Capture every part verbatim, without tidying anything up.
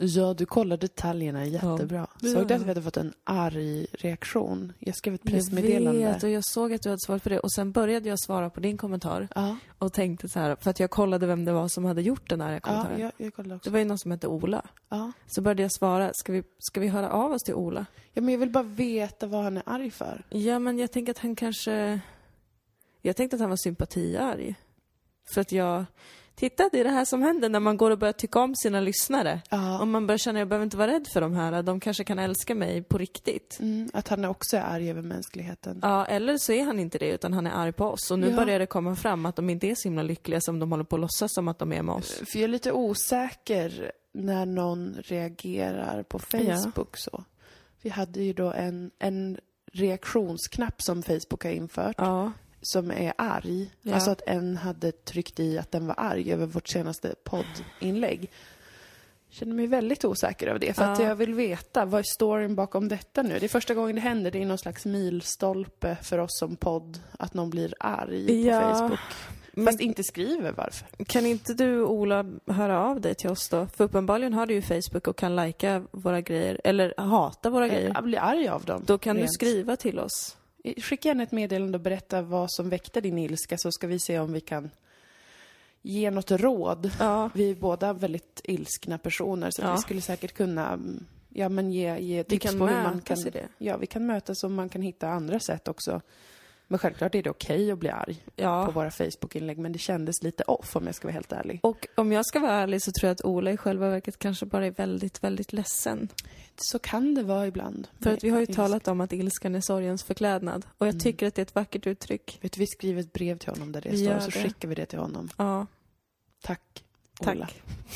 Ja, du kollar detaljerna jättebra. Ja. Såg du att vi hade fått en arg reaktion? Jag skrev ett pressmeddelande. Jag vet, och jag såg att du hade svarat på det. Och sen började jag svara på din kommentar. Ja. Och tänkte så här, för att jag kollade vem det var som hade gjort den här kommentaren. Ja, jag, jag kollade också. Det var ju någon som hette Ola. Ja. Så började jag svara, ska vi, ska vi höra av oss till Ola? Ja, men jag vill bara veta vad han är arg för. Ja, men jag tänker att han kanske... Jag tänkte att han var sympatiarg. För att jag... Titta, det är det här som händer när man går och börjar tycka om sina lyssnare. Ja. Om man börjar känna att jag behöver inte vara rädd för de här. De kanske kan älska mig på riktigt. Mm, att han också är arg över mänskligheten. Ja, eller så är han inte det, utan han är arg på oss. Och nu Ja. börjar det komma fram att de inte är så himla lyckliga som de håller på att låtsas som att de är med oss. För jag är lite osäker när någon reagerar på Facebook så. Vi hade ju då en, en reaktionsknapp som Facebook har infört. Ja. Som är arg. Ja. Alltså att en hade tryckt i att den var arg över vårt senaste poddinlägg. Känner mig väldigt osäker över det. För Ja. att jag vill veta, vad är storyn bakom detta nu? Det är första gången det händer. Det är någon slags milstolpe för oss som podd. Att någon blir arg Ja. på Facebook. Men Fast inte skriver varför. kan inte du, Ola, höra av dig till oss då? För uppenbarligen har du ju Facebook och kan lajka våra grejer. Eller hata våra grejer. Jag blir arg av dem. Då kan rent. du skriva till oss. Skicka gärna ett meddelande och berätta vad som väckte din ilska, så ska vi se om vi kan ge något råd. Ja. Vi är båda väldigt ilskna personer, så Ja. vi skulle säkert kunna ja, men ge, ge Vi tips kan på hur man mötas kan... i det. Ja, vi kan mötas och man kan hitta andra sätt också. Men självklart är det okej att bli arg Ja. på våra Facebook-inlägg, men det kändes lite off om jag ska vara helt ärlig. Och om jag ska vara ärlig så tror jag att Ola i själva verket kanske bara är väldigt, väldigt ledsen. Så kan det vara ibland. För att vi har ju Ilska. talat om att ilskan är sorgens förklädnad. Och jag Mm. tycker att det är ett vackert uttryck. Vet du, vi skriver ett brev till honom där det Vi står, gör så det. skickar vi det till honom. Ja, Tack, tack. Ola.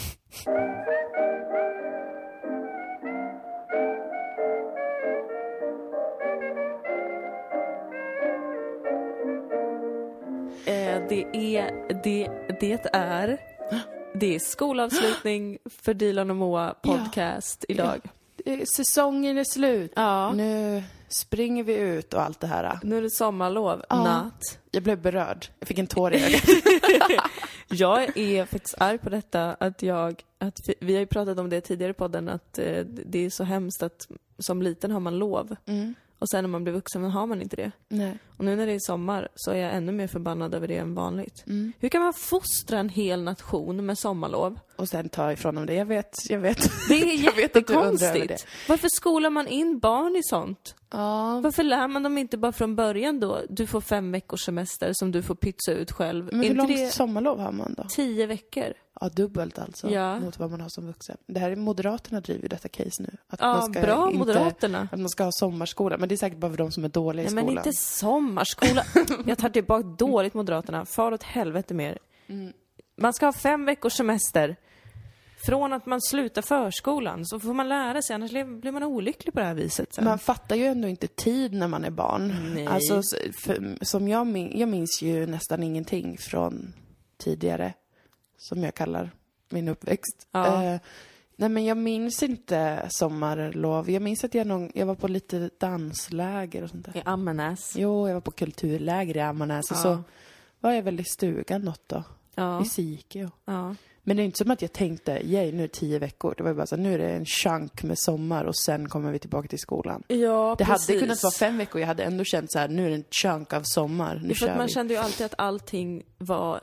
Eh, det är, det, det är, det är skolavslutning för Dilan och Moa podcast idag. Eh, Säsongen är slut. Ja. Nu springer vi ut och allt det här. Nu är det sommarlov. Ja. Natt. Jag blev berörd. Jag fick en tår i ögat. Jag är faktiskt arg på detta att jag, att vi, vi har ju pratat om det tidigare i podden, att eh, det är så hemskt att som liten har man lov. Mm. Och sen när man blir vuxen har man inte det. Nej. Och nu när det är sommar så är jag ännu mer förbannad över det än vanligt. Mm. Hur kan man fostra en hel nation med sommarlov? Och sen ta ifrån dem det. Jag vet, jag vet. Det är Jag vet att du undrar över det. jättekonstigt. Varför skolar man in barn i sånt? Ja. Varför lär man dem inte bara från början då? Du får fem veckors semester som du får pytsa ut själv. Men hur inte långt det sommarlov har man då? tio veckor? Ja, dubbelt alltså. Ja. Mot vad man har som vuxen. Det här är Moderaterna driver ju detta case nu. Att Ja, bra Moderaterna. Att man ska ha sommarskola. Men det är säkert bara för de som är dåliga i Nej, skolan. men inte sommarskola. Jag tar tillbaka dåligt Moderaterna. Far åt helvete mer. Mm. Man ska ha fem veckors semester. Från att man slutar förskolan så får man lära sig. Annars blir man olycklig på det här viset sen. Man fattar ju ändå inte tid när man är barn. Nej. Alltså, för, som jag, min, jag minns ju nästan ingenting från tidigare. Som jag kallar min uppväxt. Ja. Eh, nej, men jag minns inte sommarlov. Jag minns att jag, någon, jag var på lite dansläger och sånt där. I Ammarnäs. Jo, jag var på kulturläger i Ammarnäs. Och Ja. så var jag väl i stugan något då. Ja. I Sike. Och. Ja. Men det är inte som att jag tänkte, yay, nu är det tio veckor. Det var ju bara så, nu är det en chunk med sommar och sen kommer vi tillbaka till skolan. Ja, Det precis. hade kunnat vara fem veckor. Jag hade ändå känt så här, nu är det en chunk av sommar. Nu Det är för kör att man vi. kände ju alltid att allting var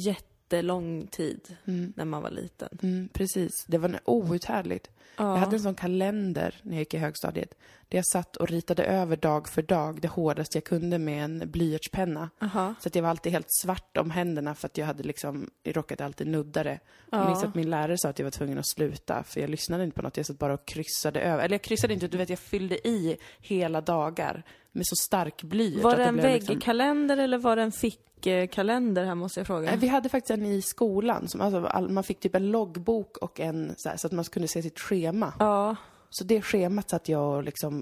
jättelång tid Mm. när man var liten. Mm, precis. Det var outhärdligt. Ja. Jag hade en sån kalender när jag gick i högstadiet. Där jag satt och ritade över dag för dag det hårdaste jag kunde med en blyertspenna. Aha. Så att jag var alltid helt svart om händerna för att jag hade liksom, jag råkade alltid nudda det. Ja. Jag minns att min lärare sa att jag var tvungen att sluta för jag lyssnade inte på något. Jag satt bara och kryssade över. Eller jag kryssade inte, du vet, jag fyllde i hela dagar med så stark blyerts. Var att det en blev liksom- väggkalender eller var det en fickkalender här, måste jag fråga? Nej, vi hade faktiskt en i skolan. Som, alltså, all, man fick typ en loggbok och en så, här, så att man kunde se sitt schema. Ja, Så det schemat satt jag och liksom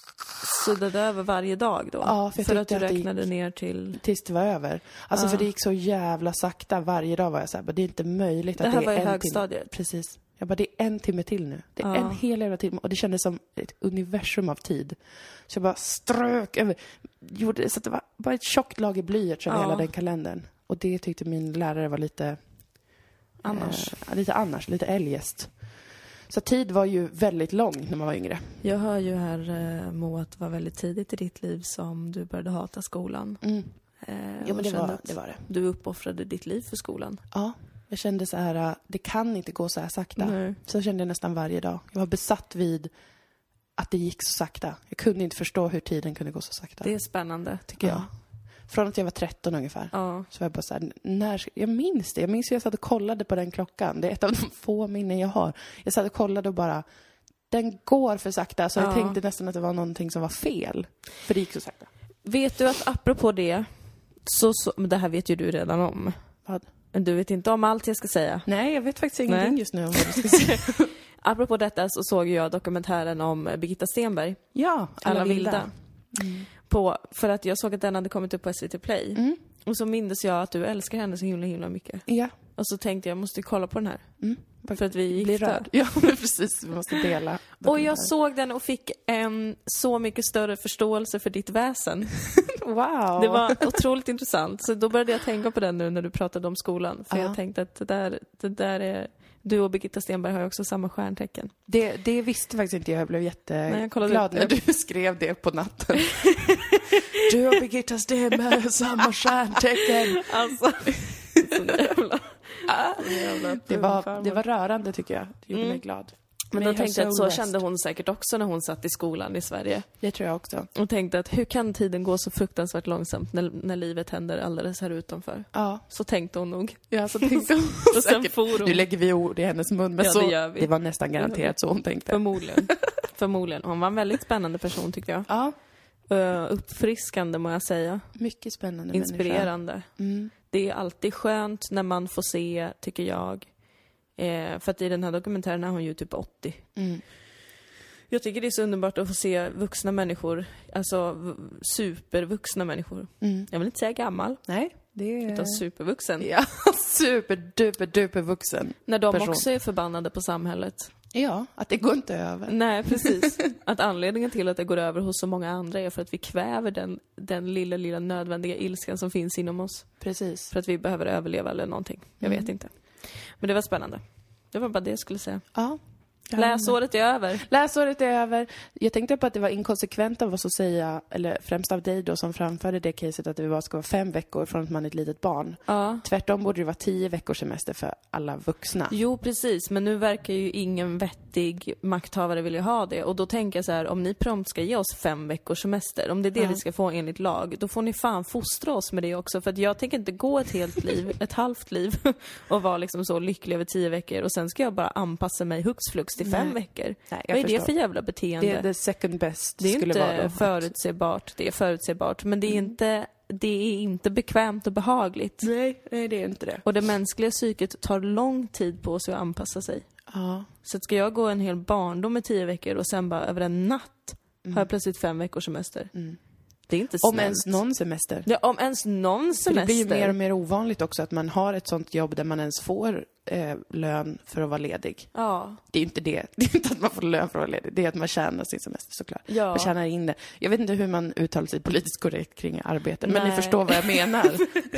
suddade över varje dag då? Ja, för jag för att du tyckte att det räknade gick- ner till... tills det var över. Alltså Ja. för det gick så jävla sakta. Varje dag var jag så här, bara, det är inte möjligt Det att här det var är i en högstadiet. timme. Precis. Jag bara, det är en timme till nu. Det är Ja. en hel jävla timme. Och det kändes som ett universum av tid. Så jag bara strök över. Gjorde, så att det var bara ett tjockt lager blyerts över Ja. hela den kalendern. Och det tyckte min lärare var lite... Annars. Eh, lite annars, lite eljest. Så tid var ju väldigt långt när man var yngre. Jag hör ju här, eh, Moa, att det var väldigt tidigt i ditt liv som du började hata skolan. Mm. Eh, Jo, men det kände var, att det var det. Du uppoffrade ditt liv för skolan. Ja, jag kände så här, äh, det kan inte gå så här sakta. Nej. Så kände jag nästan varje dag. Jag var besatt vid att det gick så sakta. Jag kunde inte förstå hur tiden kunde gå så sakta. Det är spännande, tycker ja. jag. Från att jag var tretton ungefär. Ja. Så var jag bara så här, när, jag minns det. Jag minns hur jag satt och kollade på den klockan. Det är ett av de få minnen jag har. Jag satt och kollade och bara, den går för sakta. Så jag Ja. tänkte nästan att det var någonting som var fel. För det gick så sakta. Vet du att apropå det, så, så, men det här vet ju du redan om. Vad? Men du vet inte om allt jag ska säga. Nej, jag vet faktiskt ingenting Nej. just nu om vad du ska säga. Apropå detta så såg jag dokumentären om Birgitta Stenberg. Ja, Alla, alla vilda. vilda. Mm. På, för att jag såg att den hade kommit upp på S V T Play. Mm. Och så mindes jag att du älskar henne så himla himla mycket. Ja. Och så tänkte jag, jag måste kolla på den här. Mm. För att vi blir gifta. rörd. Ja, men precis. Vi måste dela. Och jag såg den och fick en så mycket större förståelse för ditt väsen. Wow. Det var otroligt intressant. Så då började jag tänka på den nu när du pratade om skolan. För Ja. jag tänkte att det där, det där är... Du och Birgitta Stenberg har ju också samma stjärntecken. Det, det visste faktiskt inte jag. Jag blev Nej, jag kollade jätteglad upp. när du skrev det på natten. Du och Birgitta Stenberg har samma stjärntecken. Alltså, så jävla... så jävla Det var, farmor. det var rörande tycker jag. Det gjorde Mm. mig glad. Men May då her tänkte jag att så soul rest. kände hon säkert också när hon satt i skolan i Sverige. Det tror jag också. Och tänkte att hur kan tiden gå så fruktansvärt långsamt när, när livet händer alldeles här utanför? Ja, Så tänkte hon nog. ja så tänkte hon Och sen säkert. for hon. Nu lägger vi ord i hennes mun, men Ja, så, det gör vi. det var nästan garanterat så hon tänkte. Förmodligen. Förmodligen. Hon var en väldigt spännande person tycker jag. Ja, Uh, uppfriskande må jag säga. mycket spännande Inspirerande. människa. Mm. Det är alltid skönt när man får se, tycker jag. Eh, för att i den här dokumentären är hon ju typ åttio. Mm. Jag tycker det är så underbart att få se vuxna människor, alltså v- supervuxna människor. Mm. Jag vill inte säga gammal, Nej, det är... utan supervuxen. Ja, super duper duper vuxen. När de person. också är förbannade på samhället. Ja, att det går inte över. Nej, precis. Att anledningen till att det går över hos så många andra är för att vi kväver den, den lilla, lilla nödvändiga ilskan som finns inom oss. Precis. För att vi behöver överleva eller någonting. Jag Mm. vet inte. Men det var spännande. Det var bara det jag skulle säga. Ja. Läsåret är över. Läsåret är över. Jag tänkte på att det var inkonsekvent av oss att säga, eller främst av dig då som framförde det caset, att det bara ska vara fem veckor från att man är ett litet barn. Ja. Tvärtom borde det vara tio veckors semester för alla vuxna. Jo, precis. Men nu verkar ju ingen vettig makthavare vilja ha det. Och då tänker jag så här, om ni prompt ska ge oss fem veckors semester, om det är det Ja. vi ska få enligt lag, då får ni fan fostra oss med det också. För att jag tänker inte gå ett helt liv, ett halvt liv, och vara liksom så lycklig över tio veckor. Och sen ska jag bara anpassa mig hux flux till fem Nej. veckor. Nej, jag Vad är det förstår. för jävla beteende? Det är the second best Det är skulle inte vara då. förutsägbart, det är förutsägbart, men det är inte, det är inte bekvämt och behagligt. Nej, nej, det är inte det. Och det mänskliga psyket tar lång tid på sig att anpassa sig. Ja. Så att ska jag gå en hel barndom med tio veckor och sen bara över en natt har jag plötsligt fem veckors semester. Mm. Det är inte snällt. Om ens någon semester. Ja, om ens någon För semester. det blir ju mer och mer ovanligt också att man har ett sånt jobb där man ens får eh, lön för att vara ledig. Ja. Det är inte det. Det är inte att man får lön för att vara ledig. Det är att man tjänar sin semester såklart. Ja. Man tjänar in det. Jag vet inte hur man uttalar sig politiskt korrekt kring arbete. Men Nej. ni förstår vad jag menar.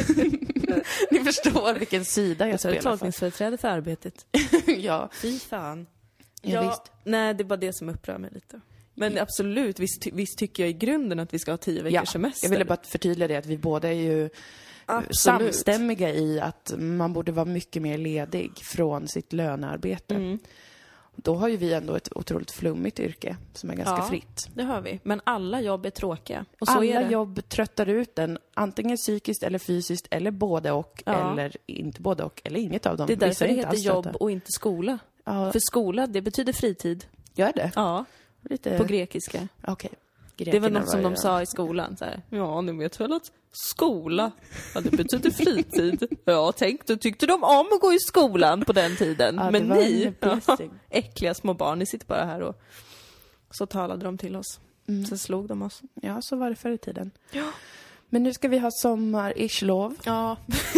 Ni förstår vilken sida jag Jag är spelar för. tolkningsföreträde för arbetet. Ja. Fy fan. Ja, visst. Nej, det är bara det som upprör mig lite. Men absolut, visst, ty- visst tycker jag i grunden att vi ska ha tio veckors Ja, semester. jag ville bara förtydliga det att vi båda är ju Absolut. samstämmiga i att man borde vara mycket mer ledig från sitt lönearbete. Mm. Då har ju vi ändå ett otroligt flummigt yrke som är ganska Ja. fritt. Det har vi. Men alla jobb är tråkiga. Och så Alla är det. jobb tröttar ut en, antingen psykiskt eller fysiskt, eller både och, Ja. eller inte både och, eller inget av dem. Det är Vissa därför det inte heter alls jobb trötta. och inte skola. Ja, För skola, det betyder fritid. gör det? Ja, Lite... på grekiska. Okej. Det var något som ju- de sa i skolan. Så här, ja, ni vet väl att skola, ja, det betyder fritid. Ja, tänk, då tyckte de om att gå i skolan på den tiden. Ja, det Men var ni, en ja, blessing. äckliga små barn, ni sitter bara här och så talade de till oss. Mm. Sen slog de oss. Ja, så var det förr i tiden. Ja. Men nu ska vi ha sommar-ish-lov. Ja.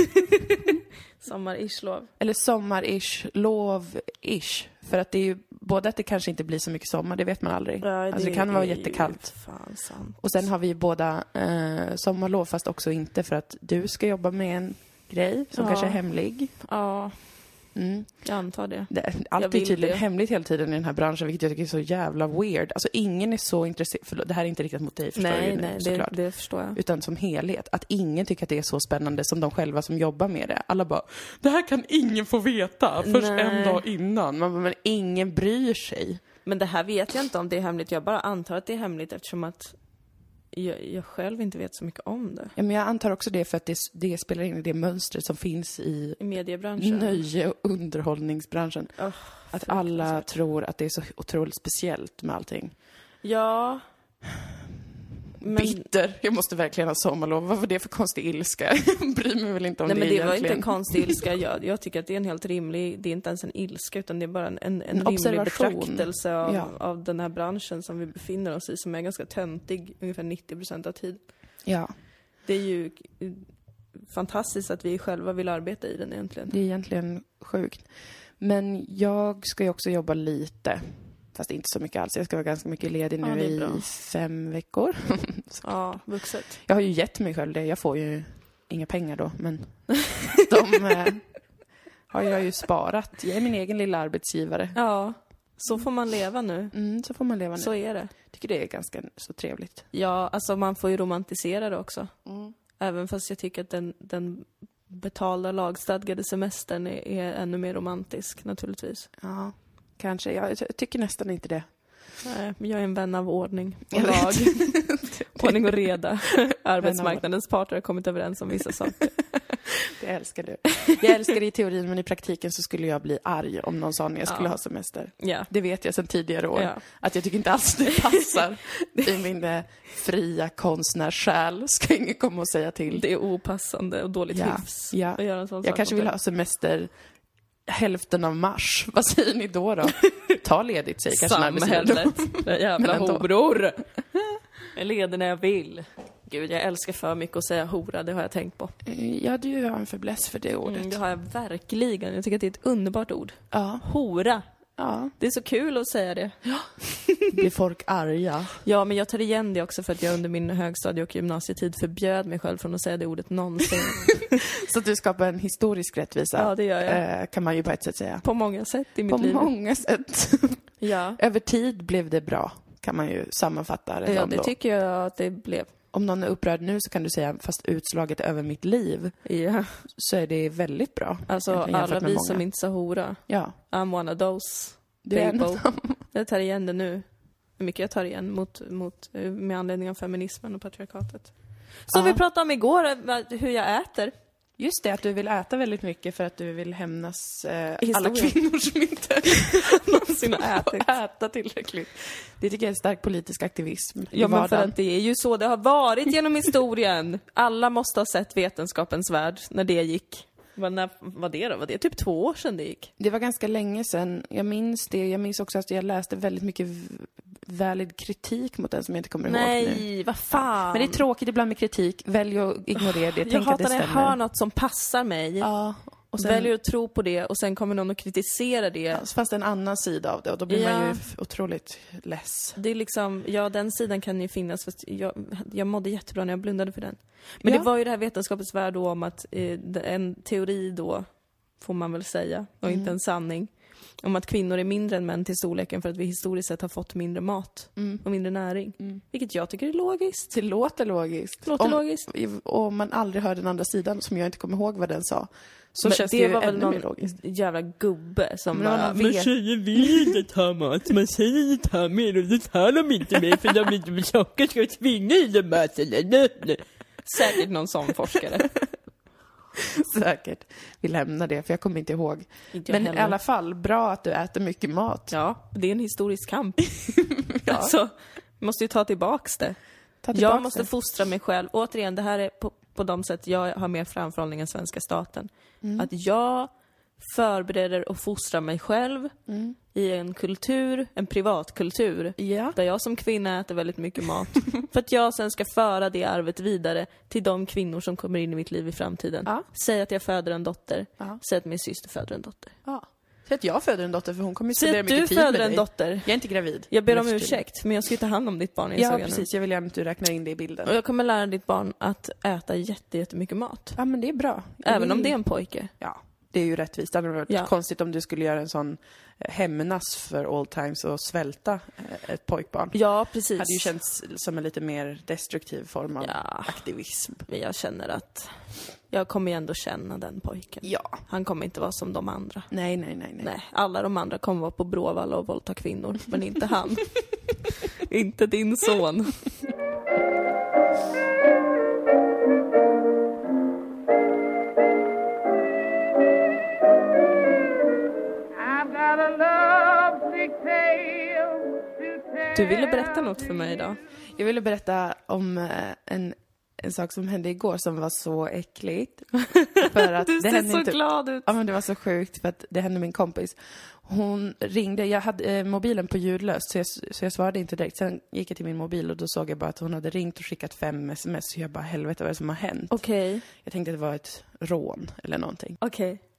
Sommar-ish-lov. Eller sommar-ish-lov-ish. För att det är ju både att det kanske inte blir så mycket sommar, det vet man aldrig. Ja, alltså det kan vara är ju jättekallt. Fan sant. Och sen har vi ju båda eh, sommarlov, fast också inte för att du ska jobba med en grej som Ja. kanske är hemlig. Ja. Mm. Jag antar det. det allt är tydligen det. hemligt hela tiden i den här branschen, vilket jag tycker är så jävla weird. Alltså ingen är så intresserad, förlåt, det här är inte riktigt mot dig, förstår nej, du? Nej, det, det förstår jag. Utan som helhet. Att ingen tycker att det är så spännande som de själva som jobbar med det. Alla bara, det här kan ingen få veta först nej. en dag innan. Man bara, men ingen bryr sig. Men det här vet jag inte om det är hemligt. Jag bara antar att det är hemligt eftersom att jag, jag själv inte vet så mycket om det. Ja, men jag antar också det för att det, det spelar in i det mönstret som finns i, I mediebranschen. Nöje- och underhållningsbranschen. Oh, att alla tror att det är så otroligt speciellt med allting. Ja. Men... Bitter. Jag måste verkligen ha sommarlov. Vad var det för konstig ilska? Jag bryr mig väl inte om Nej, det men det egentligen. var inte en konstig ilska. Jag, jag tycker att det är en helt rimlig... Det är inte ens en ilska utan det är bara en, en, en, en rimlig betraktelse av, ja. av den här branschen som vi befinner oss i. Som är ganska töntig ungefär nittio procent av tid. Ja. Det är ju fantastiskt att vi själva vill arbeta i den egentligen. Det är egentligen sjukt. Men jag ska ju också jobba lite. Fast inte så mycket alls. Jag ska vara ganska mycket ledig nu ja, i fem veckor. Ja, vuxet. Jag har ju gett mig själv det. Jag får ju inga pengar då. Men de eh, har jag ju sparat. Jag är min egen lilla arbetsgivare. Ja, så får man leva nu. Mm, så får man leva nu. Så är det. Jag tycker det är ganska så trevligt. Ja, alltså man får ju romantisera det också. Mm. Även fast jag tycker att den, den betalda lagstadgade semestern är, är ännu mer romantisk naturligtvis. Ja. Kanske. Jag tycker nästan inte det. Nej, men jag är en vän av ordning och lag. Ordning och reda. Arbetsmarknadens parter har kommit överens om vissa saker. Det älskar du. Jag älskar det i teorin, men i praktiken så skulle jag bli arg om någon sa när jag skulle ja. ha semester. Ja. Det vet jag sedan tidigare år. Ja. Att jag tycker inte alls det passar i min eh, fria konstnärssjäl. Ska ingen komma och säga till. Det är opassande och dåligt ja. hyfs. Ja. Att göra en sån jag sak kanske vill ha semester hälften av mars. Vad säger ni då då? Ta ledigt, säger kanske samhället. Jävla horor. Jag leder när jag vill. Gud, jag älskar för mycket att säga hora, det har jag tänkt på. Ja, du har en fäbless för det ordet. Mm, det har jag verkligen. Jag tycker att det är ett underbart ord. Ja. Hora. Ja. Det är så kul att säga det. Ja. Blir folk arga? Ja, men jag tar igen det också för att jag under min högstadie- och gymnasietid förbjöd mig själv från att säga det ordet någonsin. Så att du skapar en historisk rättvisa. Ja, det gör jag. Eh, kan man ju på ett sätt säga. På många sätt i mitt på liv. På många sätt. Ja. Över tid blev det bra, kan man ju sammanfatta det. Ja, det då. tycker jag att det blev. Om någon är upprörd nu så kan du säga, fast utslaget över mitt liv, ja. så är det väldigt bra. Alltså alla vi många. som inte sa hora. Ja. I'm one of those. Du är en av dem. Jag tar igen det nu. Hur mycket jag tar igen mot, mot, med anledning av feminismen och patriarkatet. Så ja. vi pratade om igår, hur jag äter. Just det, att du vill äta väldigt mycket för att du vill hämnas eh, alla kvinnor som inte någonsin har ätit. äta tillräckligt. Det tycker jag är en stark politisk aktivism. Ja, men för att det är ju så det har varit genom historien. Alla måste ha sett Vetenskapens värld när det gick. Vad när, var det då? Var det typ två år sedan det gick? Det var ganska länge sedan. Jag minns det. Jag minns också att jag läste väldigt mycket valid kritik mot den som jag inte kommer Nej, ihåg nu. Nej, vad fan. Men det är tråkigt ibland med kritik. Välj att ignorera det. Jag Tänk hatar att det när jag stämmer. hör något som passar mig. Ja. Och sen, väljer att tro på det och sen kommer någon att kritisera det. Ja, fast en annan sida av det. Och då blir ja. man ju otroligt less. Det är liksom, ja, den sidan kan ju finnas. Fast jag, jag mådde jättebra när jag blundade för den. Men ja. det var ju det här Vetenskapens värld då om att eh, en teori då, får man väl säga, och mm. inte en sanning, om att kvinnor är mindre än män till storleken för att vi historiskt sett har fått mindre mat mm. och mindre näring. Mm. Vilket jag tycker är logiskt. Det låter logiskt. Det låter om, logiskt. Och man aldrig hör den andra sidan, som jag inte kommer ihåg vad den sa. Så men känns det, det ju var väl ännu någon mer logiskt. Jävla gubbe som men bara... Men tjejer vill inte ta mat. Man säger inte ta mer och det tar de inte mer för de inte med socker ska tvinga i dem maten. Säkert någon sån forskare. Säkert. Vi lämnar det, för jag kommer inte ihåg. Inte Men heller. i alla fall, bra att du äter mycket mat. Ja, det är en historisk kamp. ja. Alltså, vi måste ju ta tillbaks det. Ta tillbaks jag måste det. fostra mig själv. Återigen, det här är på, på de sätt jag har mer framförhållning än svenska staten. Mm. Att jag förbereder och fostrar mig själv mm. i en kultur, en privatkultur, ja. där jag som kvinna äter väldigt mycket mat. För att jag sen ska föra det arvet vidare till de kvinnor som kommer in i mitt liv i framtiden. Ja. Säg att jag föder en dotter. Ja. Säg att min syster föder en dotter. Ja. Säg att jag föder en dotter, för hon kommer ju Säg studera att du mycket tid med föder en dig. dotter. Jag är inte gravid. Jag ber om ursäkt, men jag ska ju ta hand om ditt barn. Ja, precis. Jag vill gärna att du räknar in det i bilden. Och jag kommer lära ditt barn att äta jätte, jättemycket mat. Ja, men det är bra. Jag Även vill... om det är en pojke. Ja. Det är ju rättvist. Det hade varit Ja. konstigt om du skulle göra en sån hämnas för all times och svälta ett pojkbarn. Ja, precis. Det hade ju känts som en lite mer destruktiv form av Ja. aktivism. Men jag känner att jag kommer ju ändå känna den pojken. Ja. Han kommer inte vara som de andra. Nej, nej, nej, nej. Nej, alla de andra kommer vara på Bråvalla och våldta kvinnor, men inte han. Inte din son. Du ville berätta något för mig idag. Jag ville berätta om eh, en, en sak som hände igår som var så äckligt. För att Du det ser hände så inte... glad ut. Ja, men det var så sjukt för att det hände min kompis. Hon ringde, jag hade eh, mobilen på ljudlöst så jag, så jag svarade inte direkt. Sen gick jag till min mobil och då såg jag bara att hon hade ringt och skickat fem sms. Så jag bara, helvete vad är det som har hänt? Okej. Okay. Jag tänkte att det var ett rån eller någonting. Okej. Okay.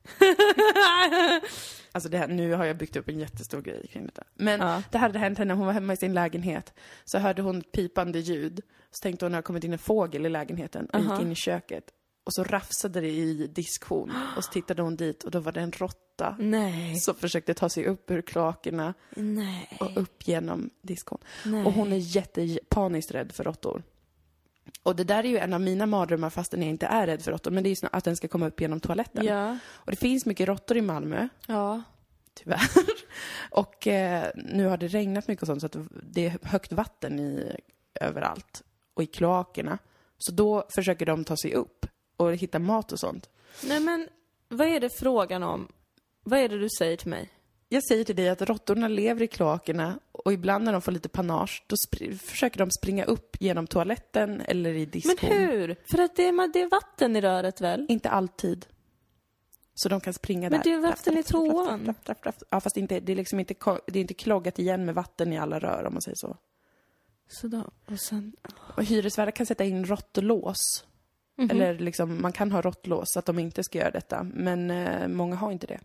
Alltså det här, nu har jag byggt upp en jättestor grej kring detta. Men ja. Det hade hänt henne, hon var hemma i sin lägenhet. Så hörde hon ett pipande ljud. Så tänkte hon att det har kommit in en fågel i lägenheten. Och uh-huh. gick in i köket. Och så rafsade det i diskhon. Och så tittade hon dit och då var det en råtta. Nej. Som försökte ta sig upp ur klakerna. Nej. Och upp genom diskhon. Nej. Och hon är jättepaniskt rädd för råttor. Och det där är ju en av mina mardrömmar fastän jag inte är rädd för råttor. Men det är ju att den ska komma upp genom toaletten. Ja. Och det finns mycket råttor i Malmö. Ja. Tyvärr. Och eh, nu har det regnat mycket och sånt så att det är högt vatten i överallt. Och i kloakerna. Så då försöker de ta sig upp och hitta mat och sånt. Nej men, vad är det frågan om? Vad är det du säger till mig? Jag säger till dig att råttorna lever i kloakerna och ibland när de får lite panage då spr- försöker de springa upp genom toaletten eller i diskon. Men hur? För att det är, det är vatten i röret väl? Inte alltid. Så de kan springa men där. Men det är vatten i toan. Ja, fast inte, det är liksom inte, det är inte kloggat igen med vatten i alla rör om man säger så. Så då, och sen... Och hyresvärdar kan sätta in råttlås. Mm-hmm. Eller liksom, man kan ha råttlås så att de inte ska göra detta. Men eh, många har inte det.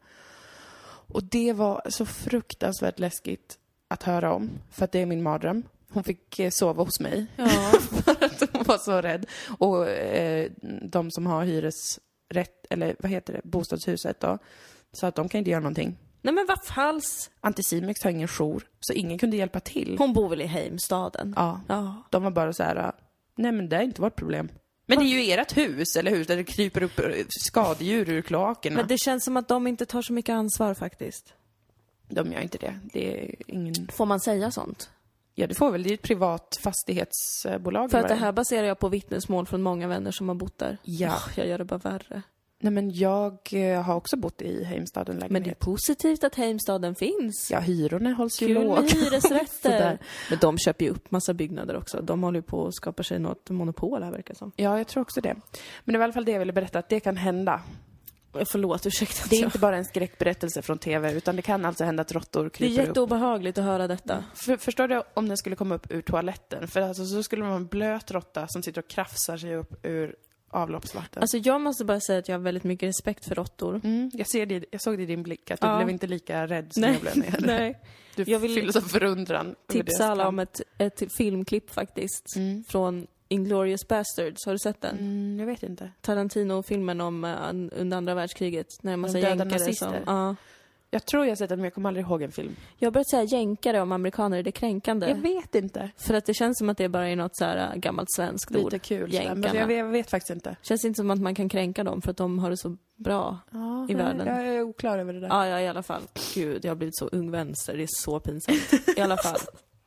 Och det var så fruktansvärt läskigt att höra om. För att det är min mardröm. Hon fick eh, sova hos mig. Ja. För att hon var så rädd. Och eh, de som har hyresrätt, eller vad heter det, bostadshuset då. Så att de kan inte göra någonting. Nej men vad falskt. Anticimex har ingen jour. Så ingen kunde hjälpa till. Hon bor väl i Heimstaden? Ja. Ja. De var bara så här, nej men det är inte vårt problem. Men det är ju ert hus, eller hus, där det kryper upp skadedjur ur kloakerna. Men det känns som att de inte tar så mycket ansvar faktiskt. De gör inte det. Det är ingen... Får man säga sånt? Ja, det får väl. Det är ett privat fastighetsbolag. För att det här baserar jag på vittnesmål från många vänner som har bott där. Ja. Oh, jag gör det bara värre. Nej, men jag har också bott i Heimstaden lägenhet. Men det är positivt att Heimstaden finns. Ja, hyrorna hålls ju Kul lågt. med hyresrätter. Men de köper ju upp massa byggnader också. De håller ju på att skapa sig något monopol här, verkar som. Ja, jag tror också det. Men det var i alla fall det jag ville berätta, att det kan hända. Förlåt, ursäkta. Det är inte bara en skräckberättelse från tv, utan det kan alltså hända att råttor kryper upp. Det är jätteobehagligt upp. Att höra detta. För, förstår du om den skulle komma upp ur toaletten? För alltså, så skulle man ha en blöt råtta som sitter och krafsar sig upp ur avloppsvatten. Alltså jag måste bara säga att jag har väldigt mycket respekt för råttor. Mm, jag, ser det, jag såg det i din blick, att du ja. blev inte lika rädd som Nej. jag blev när jag Nej. Du jag vill fylldes av förundran. Tipsa alla om ett, ett filmklipp faktiskt. Mm. Från Inglourious Basterds. Har du sett den? Mm, jag vet inte. Tarantino-filmen om uh, under andra världskriget. När man säger döda jänkare nazister. som... Uh. Jag tror jag har sett den, men jag kommer aldrig ihåg en film. Jag har börjat säga jänkare om amerikaner, det är kränkande. Jag vet inte. För att det känns som att det bara är något så här gammalt svenskt ord. Lite kul. Men jag vet, jag vet faktiskt inte. Känns inte som att man kan kränka dem för att de har det så bra ja, i världen. Jag är oklar över det där. Ja, ja, i alla fall. Gud, jag har blivit så ung vänster. Det är så pinsamt. I alla fall.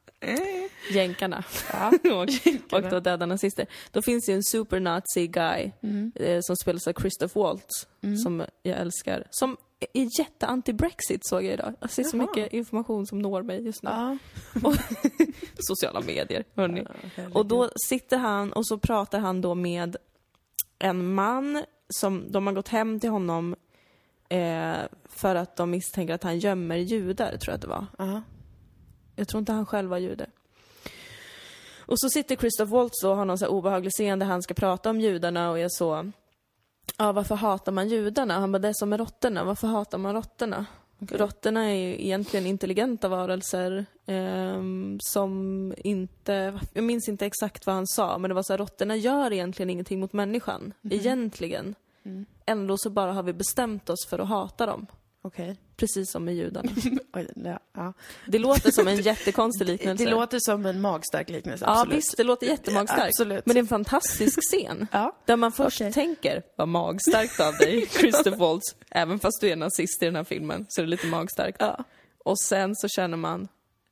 Jänkarna. Ja, och, och då döda nazister. Då finns det ju en super-nazi guy mm. eh, som spelas av Christoph Waltz mm. som jag älskar. Som är jätte-anti-Brexit såg jag idag. Jag ser så mycket information som når mig just nu. Ja. Och, sociala medier, hörni. Ja, och då sitter han och så pratar han då med en man som de har gått hem till honom eh, för att de misstänker att han gömmer judar, tror jag att det var. Uh-huh. Jag tror inte han själv var jude. Och så sitter Christoph Waltz och har någon så här obehaglig scen där han ska prata om judarna och är så... Ja, varför hatar man judarna? Han bara, det är som med råttorna. Varför hatar man råttorna? Okay. Råttorna är ju egentligen intelligenta varelser eh, som inte... Jag minns inte exakt vad han sa, men det var så här, råttorna gör egentligen ingenting mot människan. Mm-hmm. Egentligen. Mm. ändå så bara har vi bestämt oss för att hata dem. Okej. Okay. Precis som med judarna. Oj, ja, ja. Det låter som en jättekonstig liknelse. Det, det låter som en magstark liknelse, absolut. Ja, visst, det låter jättemagstarkt. Absolut. Men det är en fantastisk scen. Ja. Där man först Okay. tänker, vad magstarkt av dig, Christopher Waltz. Även fast du är nazist i den här filmen så är det lite magstarkt. Ja. Och sen så känner man,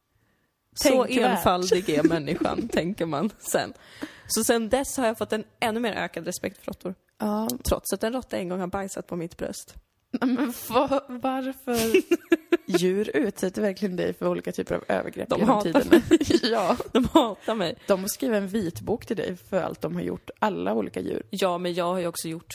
så Tänkvärt. enfaldig är människan, tänker man sen. Så sen dess har jag fått en ännu mer ökad respekt för råttor. Ja. Trots att en råtta en gång har bajsat på mitt bröst. Men var, varför djur utsätter verkligen dig för olika typer av övergrepp De genom hatar tiden? mig. Ja. De hatar mig. De har skrivit en vitbok till dig för allt de har gjort. Alla olika djur. Ja, men jag har ju också gjort...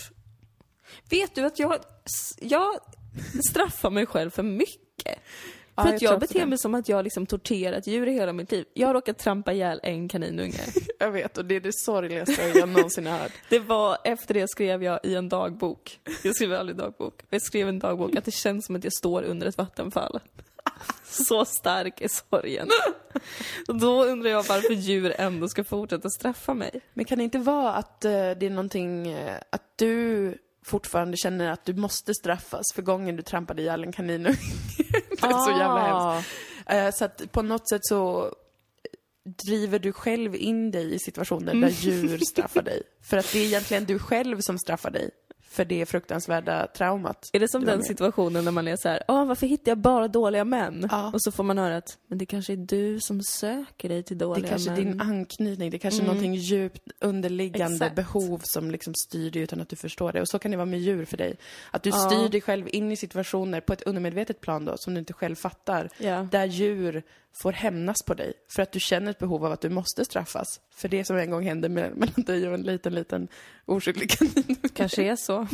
Vet du att jag, jag straffar mig själv för mycket? Ja, För jag att tror jag också beter det. mig som att jag liksom torterat djur i hela mitt liv. Jag har råkat trampa ihjäl en kaninunge. Jag vet, och det är det sorgligaste jag någonsin har hört. Det var efter det skrev jag i en dagbok. Jag skriver aldrig dagbok. Jag skrev en dagbok att det känns som att jag står under ett vattenfall. Så stark är sorgen. Och då undrar jag varför djur ändå ska fortsätta straffa mig. Men kan det inte vara att eh, det är någonting, eh, att du fortfarande känner att du måste straffas för gången du trampade ihjäl en kaninunge? Det är så jävla hemskt. Eh, så att på något sätt så driver du själv in dig i situationer där djur straffar dig. För att det är egentligen du själv som straffar dig för det fruktansvärda traumat. Är det som den situationen när man är så här, åh, varför hittar jag bara dåliga män? Ja. Och så får man höra att, men det kanske är du som söker dig till dåliga Det är kanske män. din anknytning, det är kanske mm. någonting djupt underliggande Exakt. behov som liksom styr dig utan att du förstår det. Och så kan det vara med djur för dig. Att du Ja. styr dig själv in i situationer på ett undermedvetet plan då, som du inte själv fattar. Ja. Där djur får hämnas på dig för att du känner ett behov av att du måste straffas. För det som en gång hände med, mellan dig och en liten, liten oskyldig kanin. Kanske är så.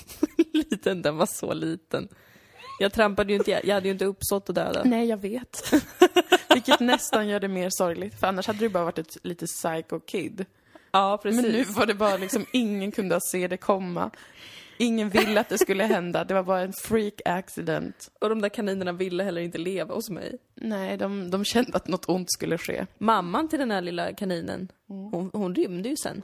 Liten, den var så liten. Jag trampade ju inte, jag hade ju inte uppsåt att döda. Nej, jag vet. Vilket nästan gör det mer sorgligt. För annars hade det bara varit ett lite psycho kid. Ja, precis. Men nu var det bara liksom, ingen kunde se det komma. Ingen ville att det skulle hända. Det var bara en freak accident. Och de där kaninerna ville heller inte leva hos mig. Nej, de, de kände att något ont skulle ske. Mamman till den här lilla kaninen, hon, hon rymde ju sen.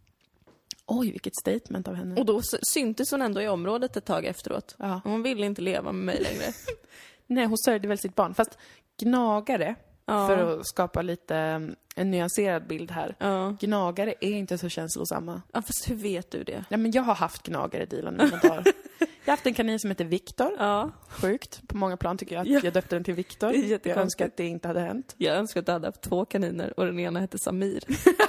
Oj, vilket statement av henne. Och då syntes hon ändå i området ett tag efteråt. Ja. Hon ville inte leva med mig längre. Nej, hon sörjde väl sitt barn. Fast gnagare, Ja. för att skapa lite en nyanserad bild här. Ja. Gnagare är inte så känslosamma. Ja, fast hur vet du det? Ja, men jag har haft gnagare, Dilan, i mina dagar. Jag har haft en kanin som heter Viktor. Ja. Sjukt. På många plan tycker jag att Ja. jag döpte den till Viktor. Det är jättekonstigt. Jag önskar att det inte hade hänt. Jag önskar att jag hade haft två kaniner och den ena hette Samir.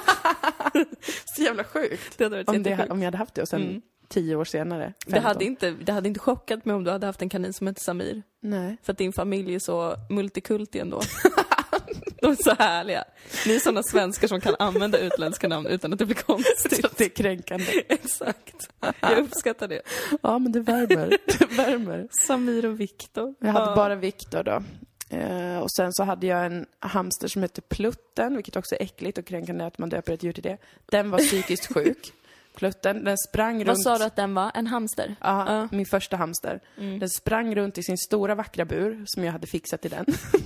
Så jävla sjukt. Det hade varit Om, det, jättesjukt. om jag hade haft det och sen Mm. tio år senare. Det femton. hade, inte, det hade inte chockat mig om du hade haft en kanin som hette Samir. Nej. För att din familj är så multikulti ändå. De är så härliga. Ni är sådana svenskar som kan använda utländska namn utan att det blir Så konstigt. att det är kränkande. Exakt. Jag uppskattar det. Ja, men det värmer. Det värmer. Samir och Viktor. Jag hade Ja. bara Viktor då. Eh, och sen så hade jag en hamster som hette Plutten, vilket också är äckligt och kränkande att man döper ett djur till det. Den var psykiskt sjuk. Plutten, den sprang runt... Vad sa du att den var? En hamster? Ja, Ja. min första hamster. Mm. Den sprang runt i sin stora vackra bur som jag hade fixat till den.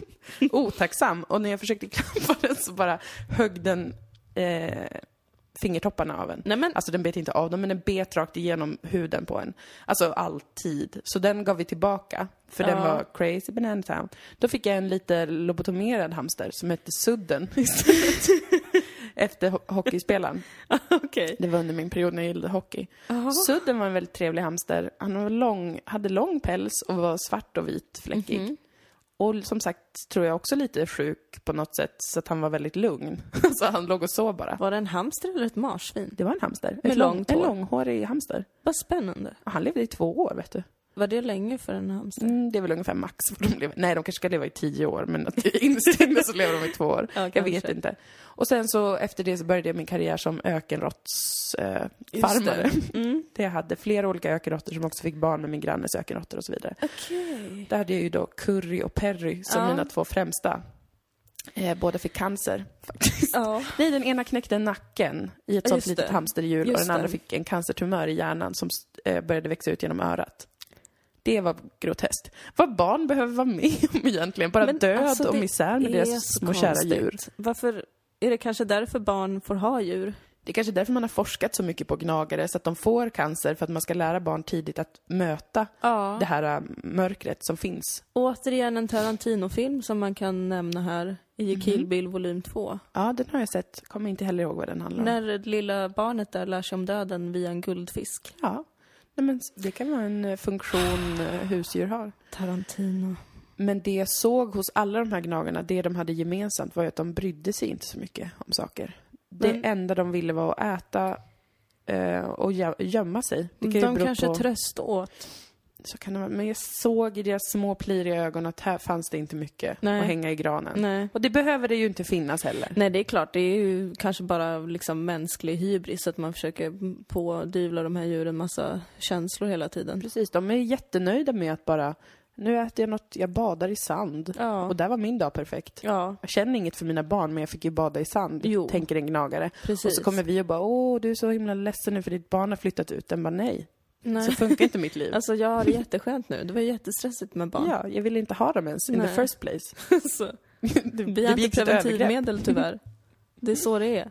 Otacksam. Och när jag försökte klappa den så bara högg den eh, fingertopparna av en. Nej, men... Alltså den bet inte av dem, men den bet rakt igenom huden på en. Alltså alltid. Så den gav vi tillbaka. För Ja. den var crazy banana town. Då fick jag en lite lobotomerad hamster som hette Sudden istället. Efter ho- hockeyspelaren. Okej. Det var under min period när jag gillade hockey. Jaha. Sudden var en väldigt trevlig hamster. Han var lång, hade lång päls och var svart och vit fläckig. Mhm. Och som sagt tror jag också lite sjuk på något sätt, så att han var väldigt lugn. Så han låg och sov bara. Var det en hamster eller ett marsvin? Det var en hamster. Med Ett lång, långt en hår. långhårig hamster. Vad spännande. Och han levde i två år, vet du. Var det länge för en hamster? Mm, det är väl ungefär max vad de lever. Nej, de kanske ska leva i tio år, men att det är instängda så lever de i två år. Ja, Jag kanske. vet inte. Och sen så efter det så började jag min karriär som ökenråttsfarmare. Eh, Just farmare. det. Mm. Det jag hade flera olika ökenråttor som också fick barn med min grannes ökenråttor och så vidare. Okej. Där hade jag ju då Curry och Perry som Ja. mina två främsta. Eh, båda fick cancer, faktiskt. Ja. Nej, den ena knäckte nacken i ett Ja, sånt just litet det. hamsterdjur och Just den andra det. fick en cancertumör i hjärnan som eh, började växa ut genom örat. Det var groteskt. Vad barn behöver vara med om egentligen. Bara Men död alltså, och det misär med är deras så små kära konstigt. djur. Varför är det kanske därför barn får ha djur? Det är kanske därför man har forskat så mycket på gnagare, så att de får cancer, för att man ska lära barn tidigt att möta Ja. det här äh, mörkret som finns. Återigen en Tarantino-film som man kan nämna här i Kill Bill volym två. Ja, den har jag sett. Kommer inte heller ihåg vad den handlar om. När det lilla barnet där lär sig om döden via en guldfisk. Ja, nej, men det kan vara en eh, funktion eh, husdjur har. Tarantino. Men det jag såg hos alla de här gnagarna, det de hade gemensamt var ju att de brydde sig inte så mycket om saker. Det Men- enda de ville var att äta eh, och gö- gömma sig. Det kan ju De bero kanske på... tröst åt. Så kan det vara. Men jag såg i deras små pliriga ögon att här fanns det inte mycket Nej. att hänga i granen. Nej. Och det behöver det ju inte finnas heller. Nej, det är klart. Det är ju kanske bara liksom mänsklig hybris att man försöker pådyvla de här djuren massa känslor hela tiden. Precis, de är jättenöjda med att bara, nu äter jag något, jag badar i sand. Ja. Och där var min dag perfekt. Ja, Jag känner inget för mina barn, men jag fick ju bada i sand, Jo. tänker en gnagare. precis. Och så kommer vi och bara, åh, du är så himla ledsen nu för ditt barn har flyttat ut. Den bara, nej, Nej. så funkar inte mitt liv. Alltså jag har det jätteskönt nu. Det var jättestressigt med barn. Ja, jag ville inte ha dem ens in Nej. the first place. Så. det, Vi det har gick inte ett övergrepp. preventivmedel tyvärr. Det är så det är.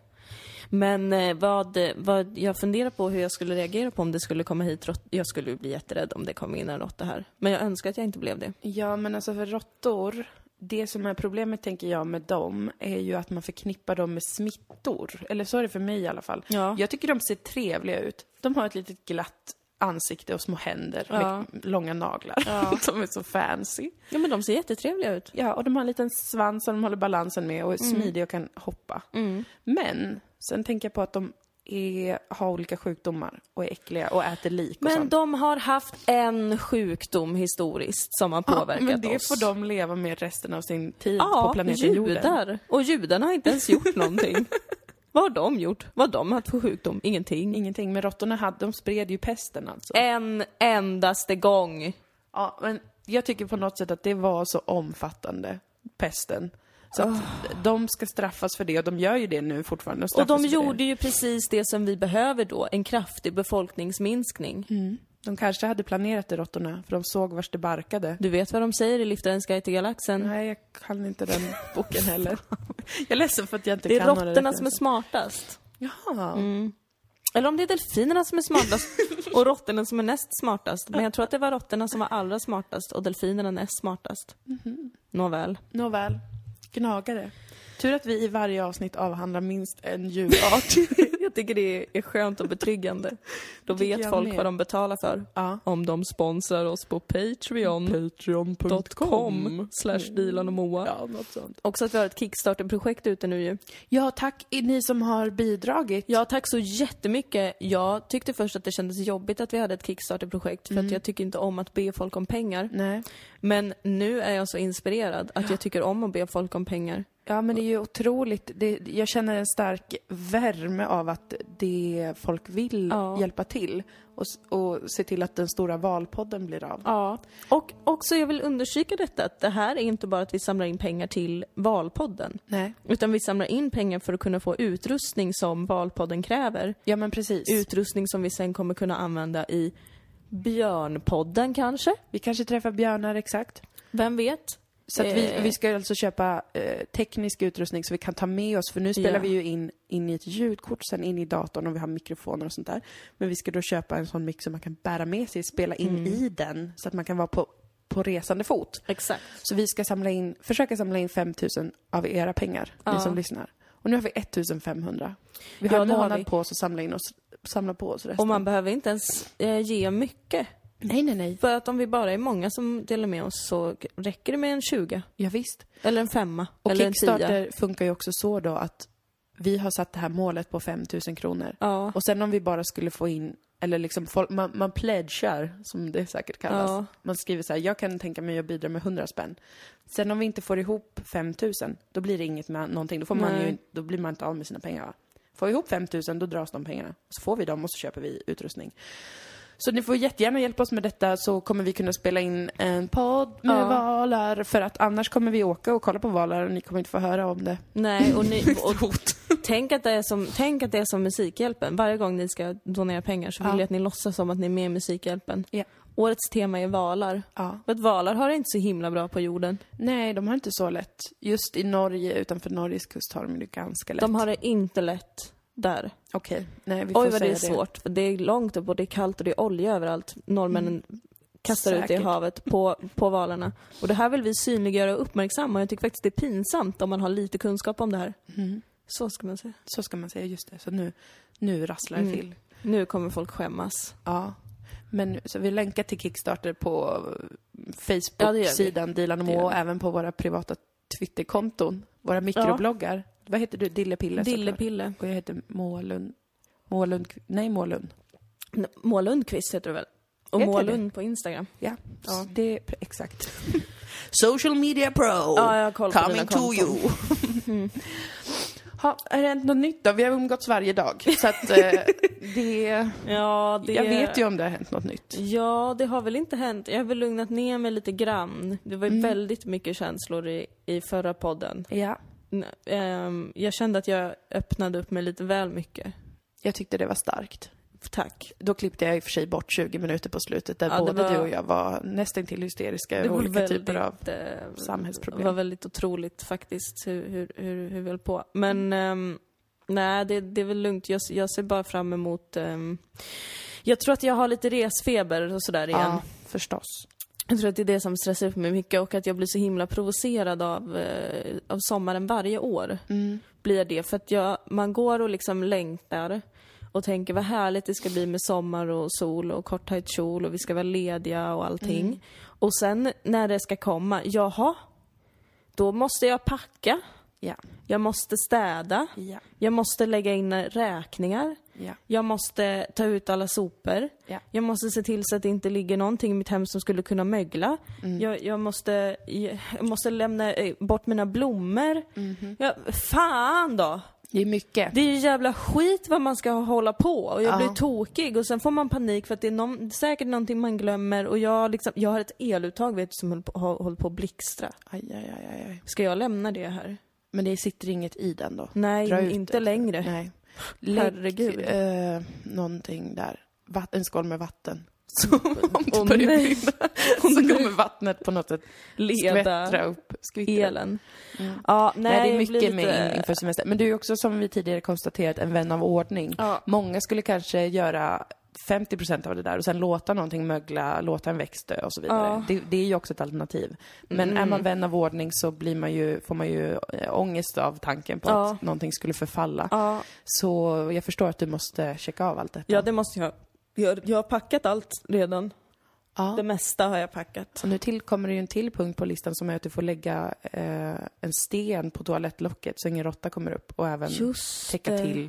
Men eh, vad, vad jag funderar på hur jag skulle reagera på om det skulle komma hit rått- jag skulle ju bli jätterädd om det kom in en råtta här. Men jag önskar att jag inte blev det. Ja, men alltså för råttor, det som är problemet tänker jag med dem är ju att man förknippar dem med smittor. Eller så är det för mig i alla fall. Ja. Jag tycker de ser trevliga ut. De har ett litet glatt ansikte och små händer Ja. med långa naglar. Ja. De är så fancy. Ja, men de ser jättetrevliga ut. Ja, och de har en liten svans som de håller balansen med och är smidiga och kan hoppa. Mm. Men sen tänker jag på att de är, har olika sjukdomar och är äckliga och äter lik och Men sånt. de har haft en sjukdom historiskt som har påverkat Ja, men det oss. får de leva med resten av sin tid Ja, på planeten jorden. judar. Och judarna har inte ens gjort någonting. Vad har de gjort? Vad har de haft för sjukdom? Ingenting. Ingenting, men råttorna hade, de spred ju pesten alltså. En endaste gång. Ja, men jag tycker på något sätt att det var så omfattande, pesten. Så att de ska straffas för det, och de gör ju det nu fortfarande. Och straffas de för gjorde det. ju precis det som vi behöver då. En kraftig befolkningsminskning. Mm. De kanske hade planerat det, råttorna, för de såg vars det barkade. Du vet vad de säger i Liftarens guide till galaxen? Nej, jag kan inte den boken heller. Jag är ledsen för att jag inte Det är kan några råttorna som är referenser. smartast. Jaha. Mm. Eller om det är delfinerna som är smartast och råttorna som är näst smartast. Men jag tror att det var råttorna som var allra smartast och delfinerna näst smartast. Mm-hmm. Nåväl. Nåväl. Gnagare. Tur att vi i varje avsnitt avhandlar minst en djurart. Jag tycker det är skönt och betryggande. Då Tycker vet jag folk med. vad de betalar för. Ja. Om de sponsrar oss på Patreon. Patreon dot com slash Dilan och Moa. Ja, något sånt. Också att vi har ett Kickstarter-projekt ute nu ju. Ja, tack ni som har bidragit. Ja, tack så jättemycket. Jag tyckte först att det kändes jobbigt att vi hade ett Kickstarter-projekt för att jag tycker inte om att be folk om pengar. Nej. Men nu är jag så inspirerad att jag tycker om att be folk om pengar. Ja, men det är ju otroligt. Det, jag känner en stark värme av att det folk vill Ja. hjälpa till. Och, s- och se till att den stora valpodden blir av. Ja, och också jag vill understryka detta att det här är inte bara att vi samlar in pengar till Valpodden. Nej. Utan vi samlar in pengar för att kunna få utrustning som Valpodden kräver. Ja, men precis. Utrustning som vi sen kommer kunna använda i Björnpodden kanske? Vi kanske träffar björnar, exakt. Vem vet? Så att vi, Eh. vi ska alltså köpa eh, teknisk utrustning så vi kan ta med oss, för nu spelar Ja. vi ju in, in i ett ljudkort, sen in i datorn och vi har mikrofoner och sånt där. Men vi ska då köpa en sån mick som man kan bära med sig, spela in Mm. i den, så att man kan vara på, på resande fot. Exakt. Så vi ska samla in, försöka samla in fem tusen av era pengar, Ja. ni som lyssnar. Och nu har vi femtonhundra. Vi Ja, har en det har månad vi. på oss att samla in oss, samla på oss resten. Och man behöver inte ens eh, ge mycket. Nej, nej, nej. För att om vi bara är många som delar med oss så räcker det med en tjugo. Ja, visst. Eller en femma. Och eller en tia. Kickstarter funkar ju också så då att vi har satt det här målet på fem tusen kronor. Ja. Och sen om vi bara skulle få in, eller liksom folk, man, man pledgar, som det säkert kallas. Ja. Man skriver så här, jag kan tänka mig att bidra med hundra spänn. Sen om vi inte får ihop fem tusen, då blir det inget med någonting. Då, får man Nej. ju, då blir man inte av med sina pengar. Va? Får vi ihop fem tusen, då dras de pengarna. Så får vi dem och så köper vi utrustning. Så ni får jättegärna hjälpa oss med detta, så kommer vi kunna spela in en podd med Ja. valar. För att annars kommer vi åka och kolla på valar och ni kommer inte få höra om det. Nej, och, ni, och tänk, att det är som, tänk att det är som Musikhjälpen. Varje gång ni ska donera pengar så vill Ja. jag att ni låtsas som att ni är med i Musikhjälpen. Ja. Årets tema är valar. Ja. För att valar har det inte så himla bra på jorden. Nej, de har inte så lätt. Just i Norge, utanför Norges kust, har de det ganska lätt. De har det inte lätt. där. Okej, okay. Nej, vi får Oj vad säga det är svårt, för det är långt upp och det är kallt och det är olja överallt. Norrmännen mm. kastar Säkert. ut i havet på, på valarna. Och det här vill vi synliggöra och uppmärksamma. Jag tycker faktiskt det är pinsamt om man har lite kunskap om det här. Mm. Så ska man säga. Så ska man säga, just det. Så nu, nu rasslar det mm. till. Nu kommer folk skämmas. Ja. Men så vi länkar till Kickstarter på Facebook-sidan ja, Dilan och Moa och även på våra privata Twitterkonton. Våra mikrobloggar. Ja. Vad heter du? Dillepille? Dillepille. Och jag heter Moa Lund. Moa Lund. Nej, Moa Lund. Moa Lundqvist heter du väl? Och Moa Lund på Instagram. Ja, ja. Det är exakt. Social media pro. Ja, jag har koll på coming to you. mm. Ha, har det hänt något nytt då? Vi har umgåtts varje dag. Så att eh, det... Ja, det... Jag vet ju om det har hänt något nytt. Ja, det har väl inte hänt. Jag har väl lugnat ner mig lite grann. Det var ju mm. väldigt mycket känslor i, i förra podden. Ja. Um, jag kände att jag öppnade upp mig lite väl mycket. Jag tyckte det var starkt. Tack. Då klippte jag i och för sig bort tjugo minuter på slutet där ja, både var... du och jag var nästan till hysteriska över olika väldigt, typer av eh, samhällsproblem. Det var väldigt otroligt faktiskt hur, hur, hur, hur vi höll på. Men um, nej, det, det är väl lugnt. Jag, jag ser bara fram emot... Um, jag tror att jag har lite resfeber och sådär igen. Ja, förstås. Jag tror att det är det som stressar upp mig mycket och att jag blir så himla provocerad av, eh, av sommaren varje år. Mm. Blir det. För att jag, man går och liksom längtar och tänker vad härligt det ska bli med sommar och sol och korttajt kjol och vi ska vara lediga och allting. Mm. Och sen när det ska komma, jaha, då måste jag packa. Ja. Jag måste städa. Ja. Jag måste lägga in räkningar. Ja. Jag måste ta ut alla sopor. Ja. Jag måste se till så att det inte ligger någonting i mitt hem som skulle kunna mögla. Mm. Jag, jag, måste, jag måste lämna bort mina blommor. Mm-hmm. Ja, fan då! Det är mycket. Det är ju jävla skit vad man ska hålla på. Och jag ja. blir tokig. Och sen får man panik för att det är någon, säkert någonting man glömmer. Och jag, liksom, jag har ett eluttag vet du, som håller på, håller på att blixtra. Aj, aj, aj, aj. Ska jag lämna det här? Men det sitter inget i den då? Nej, inte det. längre. Nej. Herregud. Lägg, eh, någonting där. Vatt, en skål med vatten. Så om det oh, börjar brinna så kommer vattnet på något sätt leda skvättra upp skvittra. elen. Mm. Ja, nej, nej, det är mycket lite... med inför semester. Men du är också, som vi tidigare konstaterat, en vän av ordning. Ja. Många skulle kanske göra femtio procent av det där och sen låta någonting mögla, låta en växt dö och så vidare. Ja. Det, det är ju också ett alternativ. Men mm. är man vän av ordning så blir man ju, får man ju ångest av tanken på ja. att någonting skulle förfalla. Ja. Så jag förstår att du måste checka av allt detta. Ja, det måste jag. Jag, jag har packat allt redan. Ja. Det mesta har jag packat. Och nu tillkommer det ju en till punkt på listan som är att du får lägga eh, en sten på toalettlocket så ingen råtta kommer upp. Och även Just täcka det. till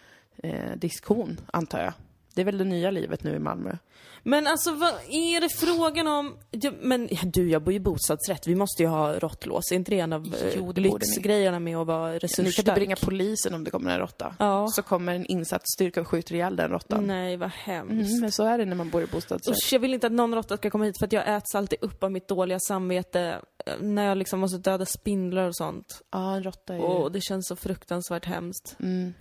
eh, diskhon, antar jag. Det är väl det nya livet nu i Malmö. Men alltså vad är det frågan om? Jag, men du, jag bor ju i bostadsrätt. Vi måste ju ha råttlås. Är inte det en av jo, det lyxgrejerna med att vara resursstark? Ni kan inte bringa polisen om det kommer en råtta. Ja. Så kommer en insatsstyrka och skjuter ihjäl den råttan. Nej, vad hemskt. Mm, men så är det när man bor i bostadsrätt. Usch, jag vill inte att någon råtta ska komma hit för att jag äts alltid upp av mitt dåliga samvete när jag liksom måste döda spindlar och sånt. Ja, en råtta är ju... Och det känns så fruktansvärt hemskt. Mm.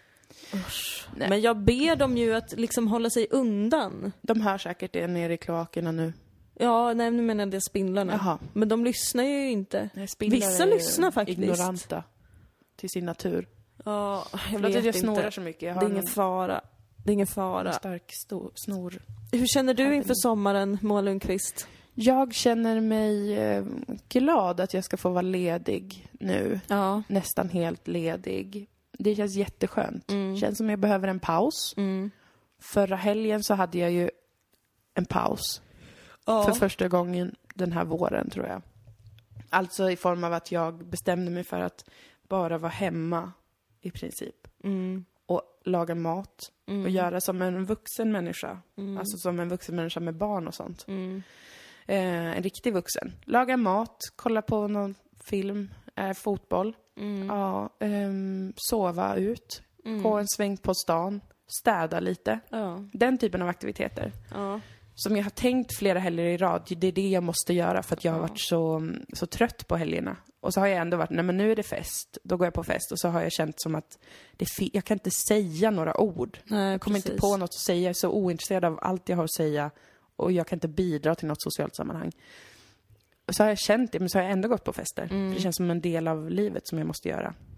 Usch. Men jag ber dem ju att liksom hålla sig undan. De hör säkert det nere i kloakerna nu. Ja, nej, nu menar jag det spindlarna. Jaha. Men de lyssnar ju inte. Nej, vissa lyssnar faktiskt. Ignoranta till sin natur. Ja, jag Förlåt vet att jag inte. snorar så mycket. Jag har det är ingen fara. Det är ingen fara. En stark sto- snor. Hur känner du inför sommaren, Moa Lundqvist? Jag känner mig eh, glad att jag ska få vara ledig nu. Ja. Nästan helt ledig. Det känns jätteskönt. Mm. Känns som jag behöver en paus. Mm. Förra helgen så hade jag ju en paus. Ja. För första gången den här våren, tror jag. Alltså i form av att jag bestämde mig för att bara vara hemma i princip. Mm. Och laga mat. Mm. Och göra som en vuxen människa. Mm. Alltså som en vuxen människa med barn och sånt. Mm. Eh, en riktig vuxen. Laga mat, kolla på någon film, eh, fotboll. Mm. Ja, ehm, sova ut, mm. gå en sväng på stan, städa lite. Ja. Den typen av aktiviteter. Ja. Som jag har tänkt flera helger i rad, det är det jag måste göra för att jag har ja. varit så, så trött på helgerna. Och så har jag ändå varit, nej men nu är det fest, då går jag på fest. Och så har jag känt som att det fi- jag kan inte säga några ord. Nej, jag kommer precis. inte på något att säga, jag är så ointresserad av allt jag har att säga. Och jag kan inte bidra till något socialt sammanhang. Så har jag känt det, men så har jag ändå gått på fester. Mm. För det känns som en del av livet som jag måste göra.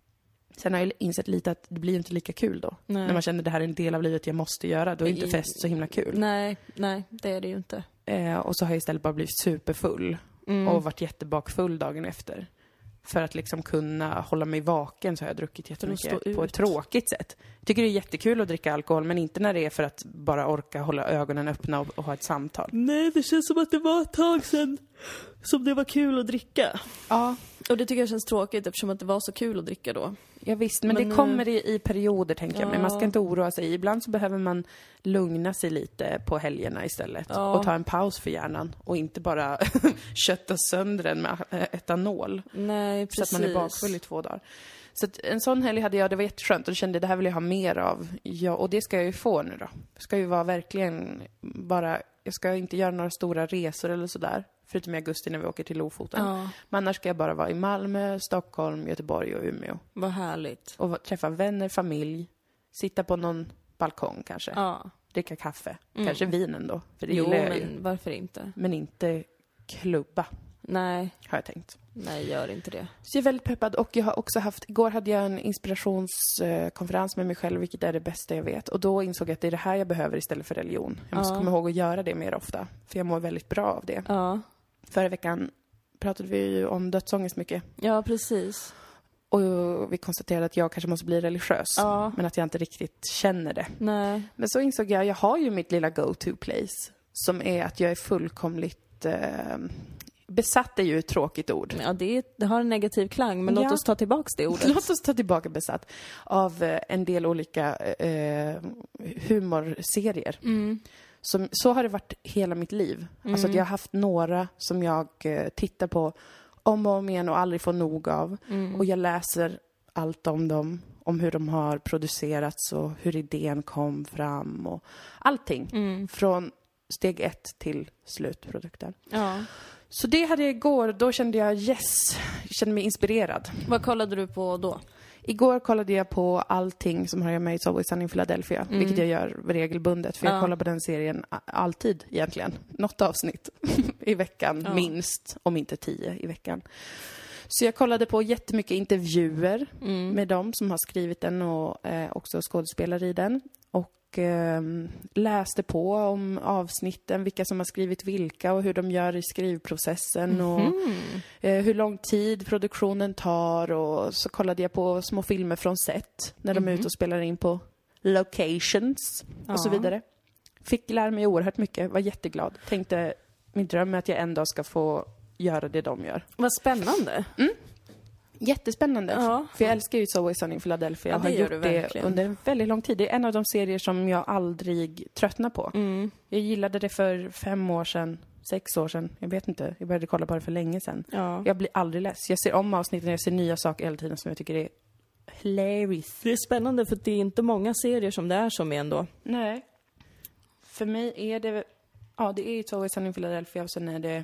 Sen har jag insett lite att det blir inte lika kul då. Nej. När man känner att det här är en del av livet jag måste göra. Då är inte fest så himla kul. Nej, nej, det är det ju inte. Eh, och så har jag istället bara blivit superfull. Mm. Och varit jättebakfull dagen efter. För att liksom kunna hålla mig vaken så har jag druckit jättemycket på ett tråkigt sätt. Jag tycker det är jättekul att dricka alkohol, men inte när det är för att bara orka hålla ögonen öppna och, och ha ett samtal. Nej, det känns som att det var ett tag sedan som det var kul att dricka. Ja. Och det tycker jag känns tråkigt eftersom att det var så kul att dricka då. Ja, visst, men, men det kommer i, i perioder tänker ja. jag. Men man ska inte oroa sig. Ibland så behöver man lugna sig lite på helgerna istället. Ja. Och ta en paus för hjärnan. Och inte bara kötta sönder den med etanol. Nej, precis. Så att man är bakfull i två dagar. Så att en sån helg hade jag, det var jätteskönt. Och kände det här vill jag ha mer av. Ja, och det ska jag ju få nu då. Det ska ju vara verkligen bara... Jag ska inte göra några stora resor eller sådär. Förutom i augusti när vi åker till Lofoten. Ja. Men annars ska jag bara vara i Malmö, Stockholm, Göteborg och Umeå. Vad härligt. Och träffa vänner, familj. Sitta på någon balkong kanske. Ja. Dricka kaffe. Mm. Kanske vin ändå. För det jo, gillar jag men ju. varför inte? Men inte klubba. Nej. Har jag tänkt. Nej, gör inte det. Så jag är väldigt peppad. Och jag har också haft... Igår hade jag en inspirationskonferens med mig själv, vilket är det bästa jag vet. Och då insåg jag att det är det här jag behöver istället för religion. Jag måste ja. komma ihåg att göra det mer ofta. För jag mår väldigt bra av det. Ja. Förra veckan pratade vi ju om dödsångest mycket. Ja, precis. Och vi konstaterade att jag kanske måste bli religiös. Ja. Men att jag inte riktigt känner det. Nej. Men så insåg jag, jag har ju mitt lilla go-to place. Som är att jag är fullkomligt... Eh, besatt är ju ett tråkigt ord. Ja, det, är, det har en negativ klang, men ja. låt oss ta tillbaka det ordet. Låt oss ta tillbaka besatt av eh, en del olika eh, humorserier. Mm. Som, så har det varit hela mitt liv. Mm. Alltså att jag har haft några som jag eh, tittar på om och om igen och aldrig får nog av. Mm. Och jag läser allt om dem. Om hur de har producerats och hur idén kom fram. Och allting. Mm. Från steg ett till slutprodukten. Ja. Så det hade jag igår. Då kände jag yes. Jag kände mig inspirerad. Vad kollade du på då? Igår kollade jag på allting som har jag med i It's Always Sunny in Philadelphia. Mm. Vilket jag gör regelbundet. För ja. jag kollar på den serien alltid egentligen. Något avsnitt i veckan. Ja. Minst. Om inte tio i veckan. Så jag kollade på jättemycket intervjuer mm. med dem som har skrivit den. Och eh, också skådespelare i den. Och eh, läste på om avsnitten. Vilka som har skrivit vilka. Och hur de gör i skrivprocessen. Mm. Och eh, hur lång tid produktionen tar. Och så kollade jag på små filmer från set. När de mm. är ute och spelar in på locations. Ja. Och så vidare. Fick lära mig oerhört mycket. Var jätteglad. Tänkte, min dröm är att jag en dag ska få göra det de gör. Vad spännande. Mm. Jättespännande. Ja. För jag älskar ju It's Always Sunny in Philadelphia. Jag ja, har gjort det under en väldigt lång tid. Det är en av de serier som jag aldrig tröttnar på. Mm. Jag gillade det för fem år sedan, sex år sedan. Jag vet inte. Jag började kolla på det för länge sedan. Ja. Jag blir aldrig less. Jag ser om avsnitten, jag ser nya saker hela tiden som jag tycker är hilarious. Det är spännande för det är inte många serier som det är som är ändå. Nej. För mig är det... Ja, det är It's Always Sunny in Philadelphia och sen är det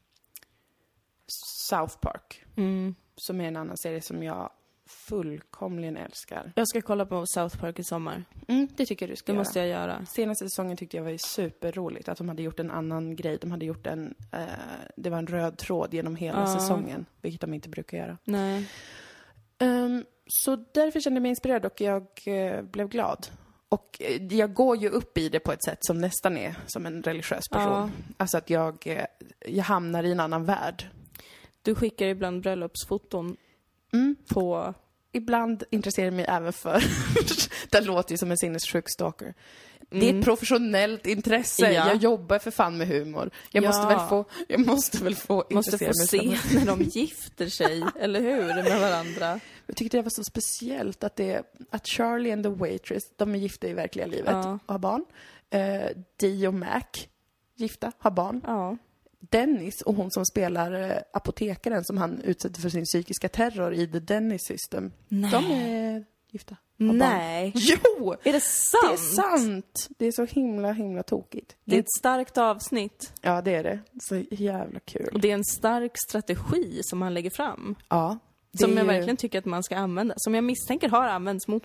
South Park. Mm. Som är en annan serie som jag fullkomligen älskar. Jag ska kolla på South Park i sommar. Mm, det tycker jag du ska Det göra. måste jag göra. Senaste säsongen tyckte jag var superroligt. Att de hade gjort en annan grej. De hade gjort en... Eh, det var en röd tråd genom hela ja. säsongen. Vilket de inte brukar göra. Nej. Um, så därför kände jag mig inspirerad och jag eh, blev glad. Och eh, jag går ju upp i det på ett sätt som nästan är som en religiös person. Ja. Alltså att jag, eh, jag hamnar i en annan värld. Du skickar ibland bröllopsfoton mm. på... Ibland intresserar jag mig även för... det låter ju som en sinnessjuk stalker. Mm. Det är ett professionellt intresse. Ja. Jag jobbar för fan med humor. Jag ja. måste väl få... Jag måste väl få måste få se när de gifter sig, eller hur? Med varandra. Jag tyckte det var så speciellt att det att Charlie and the Waitress, de är gifta i verkliga livet ja. och har barn. Uh, Dee och Mac, gifta, har barn. Ja. Dennis och hon som spelar uh, apotekaren som han utsätter för sin psykiska terror i The Dennis System. Nej. De är gifta. Nej. Jo! Är det sant? Det är sant! Det är så himla, himla tokigt. Det är ett starkt avsnitt. Ja, det är det. Så jävla kul. Och det är en stark strategi som han lägger fram. Ja. Som jag ju... verkligen tycker att man ska använda. Som jag misstänker har använts mot mig.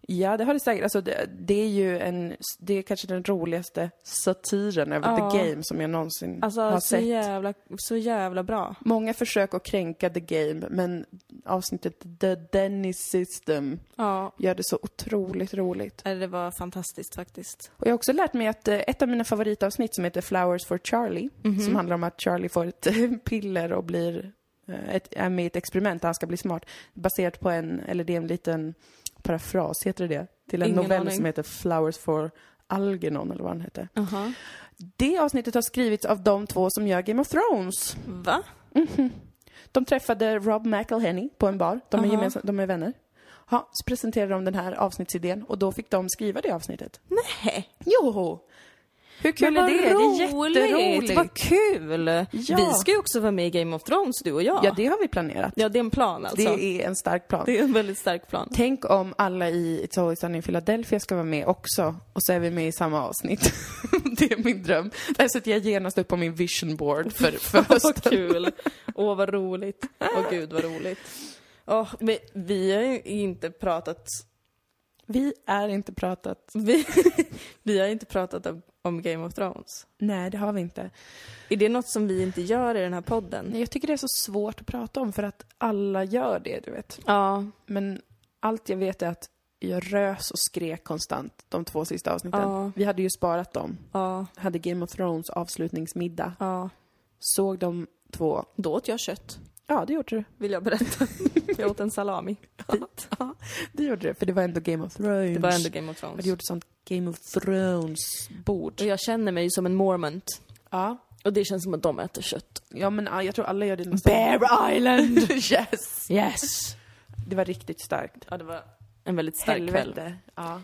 Ja, det har det säkert. Alltså, det, det är ju en, det är kanske den roligaste satiren över Ja. The Game som jag någonsin Alltså har så sett. jävla, så jävla bra. Många försök att kränka The Game, men avsnittet The Dennis System Ja, gör det så otroligt roligt. det var fantastiskt faktiskt. Och jag har också lärt mig att eh, ett av mina favoritavsnitt som heter Flowers for Charlie, Mhm. som handlar om att Charlie får ett eh, piller och blir eh, ett, är med i ett experiment där han ska bli smart, baserat på en, eller det är en liten parafras, heter det det? Till en Ingen novell aning. som heter Flowers for Algernon, eller vad den heter. Aha. Det avsnittet har skrivits av de två som gör Game of Thrones. Va? De träffade Rob McElhenney på en bar. De är, Aha. gemensam, de är vänner. Ja, så presenterade de den här avsnittsidén och då fick de skriva det avsnittet. Nej. Jo! Hur kul Men är det? vad Det är roligt. jätteroligt. Vad kul! Ja. Vi ska ju också vara med i Game of Thrones, du och jag. Ja, det har vi planerat. Ja, det är en plan alltså. Det är en stark plan. Det är en väldigt stark plan. Tänk om alla i It's Always Sunny in Philadelphia ska vara med också och så är vi med i samma avsnitt. Det är min dröm. Där sätter jag genast upp på min vision board för, för Vad hösten. kul. Åh, vad roligt. Åh gud, vad roligt. Åh, men vi har ju inte pratat... Vi är inte pratat. Vi, vi har inte pratat om, om Game of Thrones. Nej, det har vi inte. Är det något som vi inte gör i den här podden? Nej, jag tycker det är så svårt att prata om för att alla gör det, du vet. Ja. Men allt jag vet är att jag rös och skrek konstant de två sista avsnitten. Ja. Vi hade ju sparat dem. Ja. Hade Game of Thrones avslutningsmiddag. Ja. Såg de två. Då åt jag kött, Ja, det gjorde du. vill jag berätta. Jag åt en salami. Dit. Ja, det gjorde du. För det var ändå Game of Thrones. Det var ändå Game of Och Thrones. du gjorde sånt Game of Thrones-bord. Och jag känner mig som en mormont. Ja. Och det känns som att de äter kött. Ja, men ja, jag tror alla gör det nästan. Bear Island! Yes! Yes! Det var riktigt starkt. Ja, det var en väldigt stark kväll. Helvete. Ja.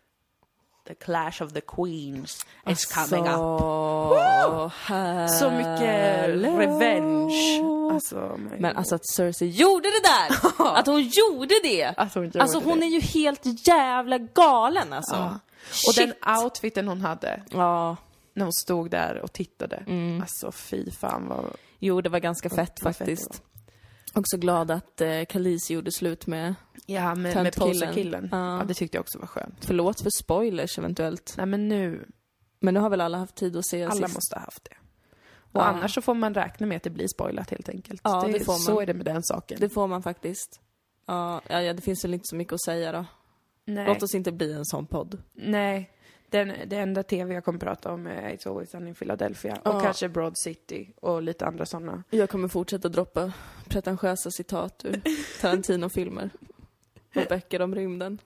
The Clash of the Queens is coming up. Alltså, Så mycket hello. revenge. Alltså, my Men alltså att Cersei gjorde det där! Att hon gjorde det! Alltså, hon, gjorde Alltså hon det. är ju helt jävla galen alltså. Ja. Och Shit. den outfiten hon hade Ja, när hon stod där och tittade. Mm. Alltså fy fan vad... jo det var ganska fett vad fett det faktiskt. Också glad att eh, Khaleesi gjorde slut med, Ja, med, med Tantkillen. poserkillen. Ja. Ja, det tyckte jag också var skönt. förlåt för spoilers eventuellt. Nej, men nu, Men nu har väl alla haft tid att se alla sist. måste ha haft det. Och Ja. annars så får man räkna med att det blir spoilat helt enkelt. Ja, det får man. Så är det med den saken. Det får man faktiskt. Ja, ja, ja, det finns väl inte så mycket att säga då. Nej. Låt oss inte bli en sån podd. Nej. Den, det enda tv jag kommer prata om är It's Always Sunny in Philadelphia. Ja. Och kanske Broad City och lite andra sådana. Jag kommer fortsätta droppa pretentiösa citat ur Tarantino-filmer. Och böcker om rymden.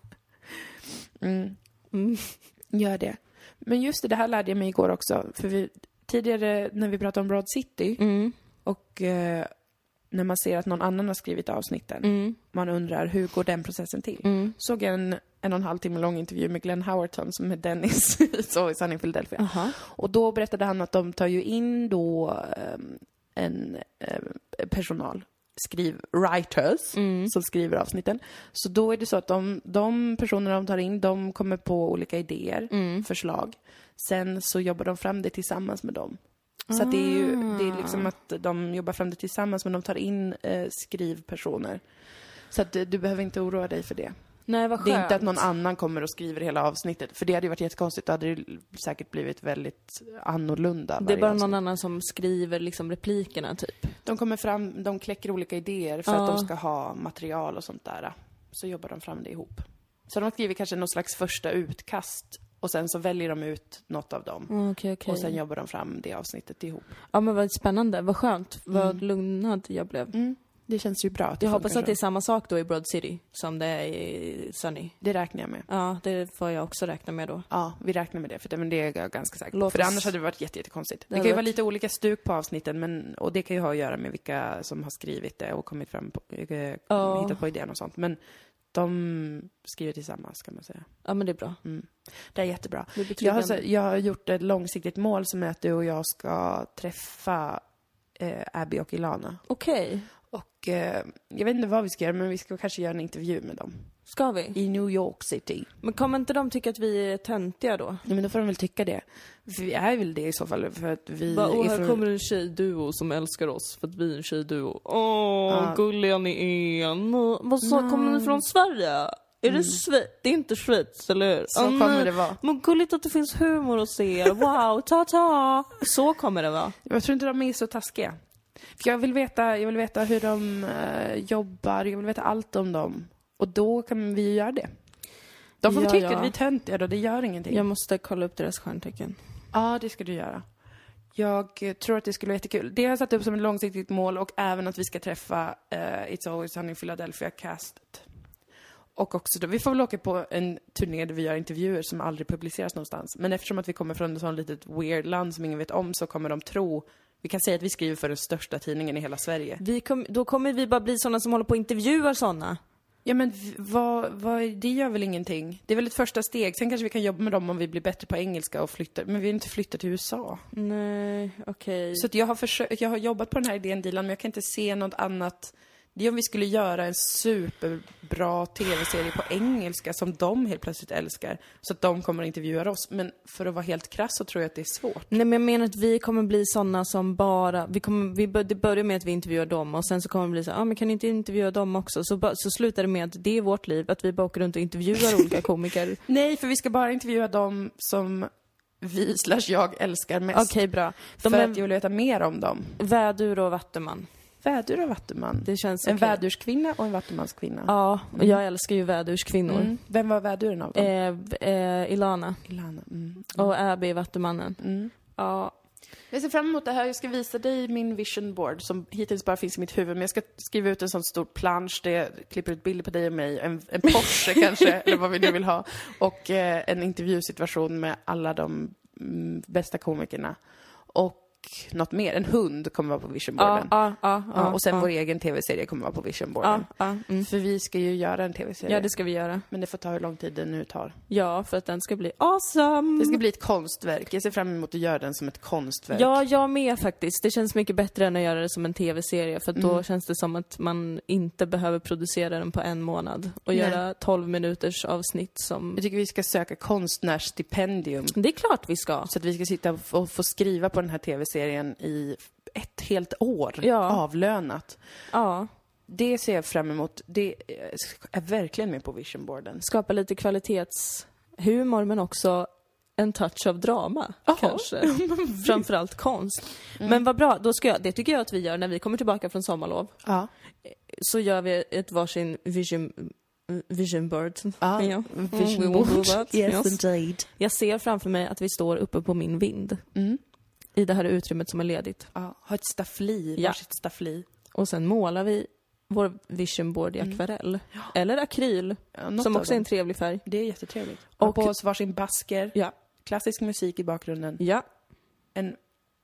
Mm. Mm. Gör det. Men just det, det här lärde jag mig igår också. För vi, tidigare när vi pratade om Broad City Mm. och eh, när man ser att någon annan har skrivit avsnitten. Mm. Man undrar, hur går den processen till? Mm. Såg jag en en och en halv timme lång intervju med Glenn Howerton som är Dennis i It's Always Sunny in Philadelphia. Aha. Och då berättade han att de tar ju in då um, en um, personal, skriv writers, Mm. som skriver avsnitten. Så då är det så att de, de personerna de tar in, de kommer på olika idéer, Mm. förslag. Sen så jobbar de fram det tillsammans med dem. Så att det är ju det är liksom att de jobbar fram det tillsammans, men de tar in eh, skrivpersoner. Så att eh, du behöver inte oroa dig för det. Nej, vad skönt. Det är inte att någon annan kommer och skriver hela avsnittet. För det hade ju varit jättekonstigt. Då hade det säkert blivit väldigt annorlunda. Det är varje bara avsnitt. någon annan som skriver liksom replikerna typ. De kommer fram, de kläcker olika idéer för Ja. att de ska ha material och sånt där. Så jobbar de fram det ihop. Så de skriver kanske någon slags första utkast. Och sen så väljer de ut något av dem. Mm, okej, okej. Och sen jobbar de fram det avsnittet ihop. Ja, men vad spännande. Vad skönt. Vad Mm. lugnad jag blev. Mm. Det känns ju bra. Att det Jag hoppas funkar att det är så. samma sak då i Broad City som det är i Sunny. Det räknar jag med. Ja, det får jag också räkna med då. Ja, vi räknar med det. För det, men det är jag ganska säker på. Låt För oss- annars hade det varit jätte, jättekonstigt. Det hade kan ju vara varit- lite olika stuk på avsnitten. Men, och det kan ju ha att göra med vilka som har skrivit det och kommit fram på, eh, Ja. hittat på idén och sånt. Men de skriver tillsammans, kan man säga. Ja, men det är bra. Det är jättebra. Det är Jag har, betryggande. så, jag har gjort ett långsiktigt mål som är att du och jag ska träffa eh, Abby och Ilana. Okej. Och eh, jag vet inte vad vi ska göra, men vi ska kanske göra en intervju med dem. Ska vi? I New York City. Men kommer inte de tycka att vi är töntiga då? Ja, men då får de väl tycka det. För vi är väl det i så fall, för att vi Bara, åh, är här från... kommer en tjejduo som älskar oss för att vi är en tjejduo. Åh, Ja. gulliga ni är. Nå, vad sa, kommer ni från Sverige? Är mm. det Schweiz? Det är inte Schweiz, eller hur? Så oh, kommer nej. det vara. Men gulligt att det finns humor hos er. Wow, ta-ta! Så kommer det vara. Jag tror inte de är så taskiga. För jag vill veta, jag vill veta hur de uh, jobbar, jag vill veta allt om dem. Och då kan vi ju göra det. De får ja, tycka ja. att vi är töntiga då, det gör ingenting. Jag måste kolla upp deras stjärntecken. Ja, det ska du göra. Jag tror att det skulle vara jättekul. Det har jag satt upp som ett långsiktigt mål och även att vi ska träffa uh, It's Always Sunny in Philadelphia-castet. Och också då, vi får väl åka på en turné där vi gör intervjuer som aldrig publiceras någonstans. Men eftersom att vi kommer från ett sånt litet weird land som ingen vet om så kommer de tro... Vi kan säga att vi skriver för den största tidningen i hela Sverige. Vi kom, då kommer vi bara bli såna som håller på att intervjua såna. Ja, men vad, vad, det gör väl ingenting. Det är väl ett första steg. Sen kanske vi kan jobba med dem om vi blir bättre på engelska och flyttar. Men vi vill inte flytta till U S A. Nej, okej. Okay. Så att jag, har försökt, jag har jobbat på den här idén, Dilan, men jag kan inte se något annat... Det är om vi skulle göra en superbra tv-serie på engelska som de helt plötsligt älskar. Så att de kommer att intervjua oss. Men för att vara helt krass så tror jag att det är svårt. Nej, men jag menar att vi kommer bli sådana som bara... Vi kommer, vi bör, det börjar med att vi intervjuar dem. Och sen så kommer det bli så ja ah, men kan ni inte intervjua dem också? Så, så slutar det med att det är vårt liv. Att vi bara åker runt och intervjuar olika komiker. Nej, för vi ska bara intervjua dem som vi slash jag älskar mest. Okej, okay, bra. De för är... att jag vill veta mer om dem. Vädur och Vattuman. Vädur och Vattuman. Det känns en okay. vädurskvinna och en vattumanskvinna. Ja, och jag älskar ju vädurskvinnor. Mm. Vem var väduren av dem? Eh, eh, Ilana. Ilana. Mm. Och Abby, Vattumannen. Mm. Ja. Jag ser fram emot det här. Jag ska visa dig min vision board som hittills bara finns i mitt huvud. Men jag ska skriva ut en sån stor plansch där jag klipper ut bilder på dig och mig. En, en Porsche kanske, eller vad vi nu vill ha. Och eh, en intervjusituation med alla de mm, bästa komikerna. Och något mer. En hund kommer vara på visionboarden. Ja, ja, ja, ja, och sen ja. vår egen tv-serie kommer vara på visionboarden. Ja, ja, mm. För vi ska ju göra en tv-serie. Ja, det ska vi göra. Men det får ta hur lång tid det nu tar. Ja, för att den ska bli awesome. Det ska bli ett konstverk. Jag ser fram emot att göra den som ett konstverk. Ja, jag med faktiskt. Det känns mycket bättre än att göra det som en tv-serie. För då mm. känns det som att man inte behöver producera den på en månad. Och Nej. göra tolv minuters avsnitt som... Jag tycker vi ska söka konstnärsstipendium. Det är klart vi ska. Så att vi ska sitta och få skriva på den här tv-serien i ett helt år. Ja. Avlönat. Ja. Det ser jag fram emot. Det är verkligen med på visionboarden. Skapa lite kvalitetshumor men också en touch av drama. Aha. Kanske. Framförallt konst. Mm. Men vad bra, då ska jag, det tycker jag att vi gör när vi kommer tillbaka från sommarlov. Ja. Så gör vi ett varsin vision vision board. Ja, ja. vision board. Yes, yes, indeed. Jag ser framför mig att vi står uppe på min vind. Mm. I det här utrymmet som är ledigt. Ja, ha ett staffli, ja. varsitt staffli. Och sen målar vi vår vision board i akvarell. Mm. Ja. Eller akryl, ja, som också är en trevlig färg. Det är jättetrevligt. Och, och på oss varsin basker. Ja. Klassisk musik i bakgrunden. Ja. En,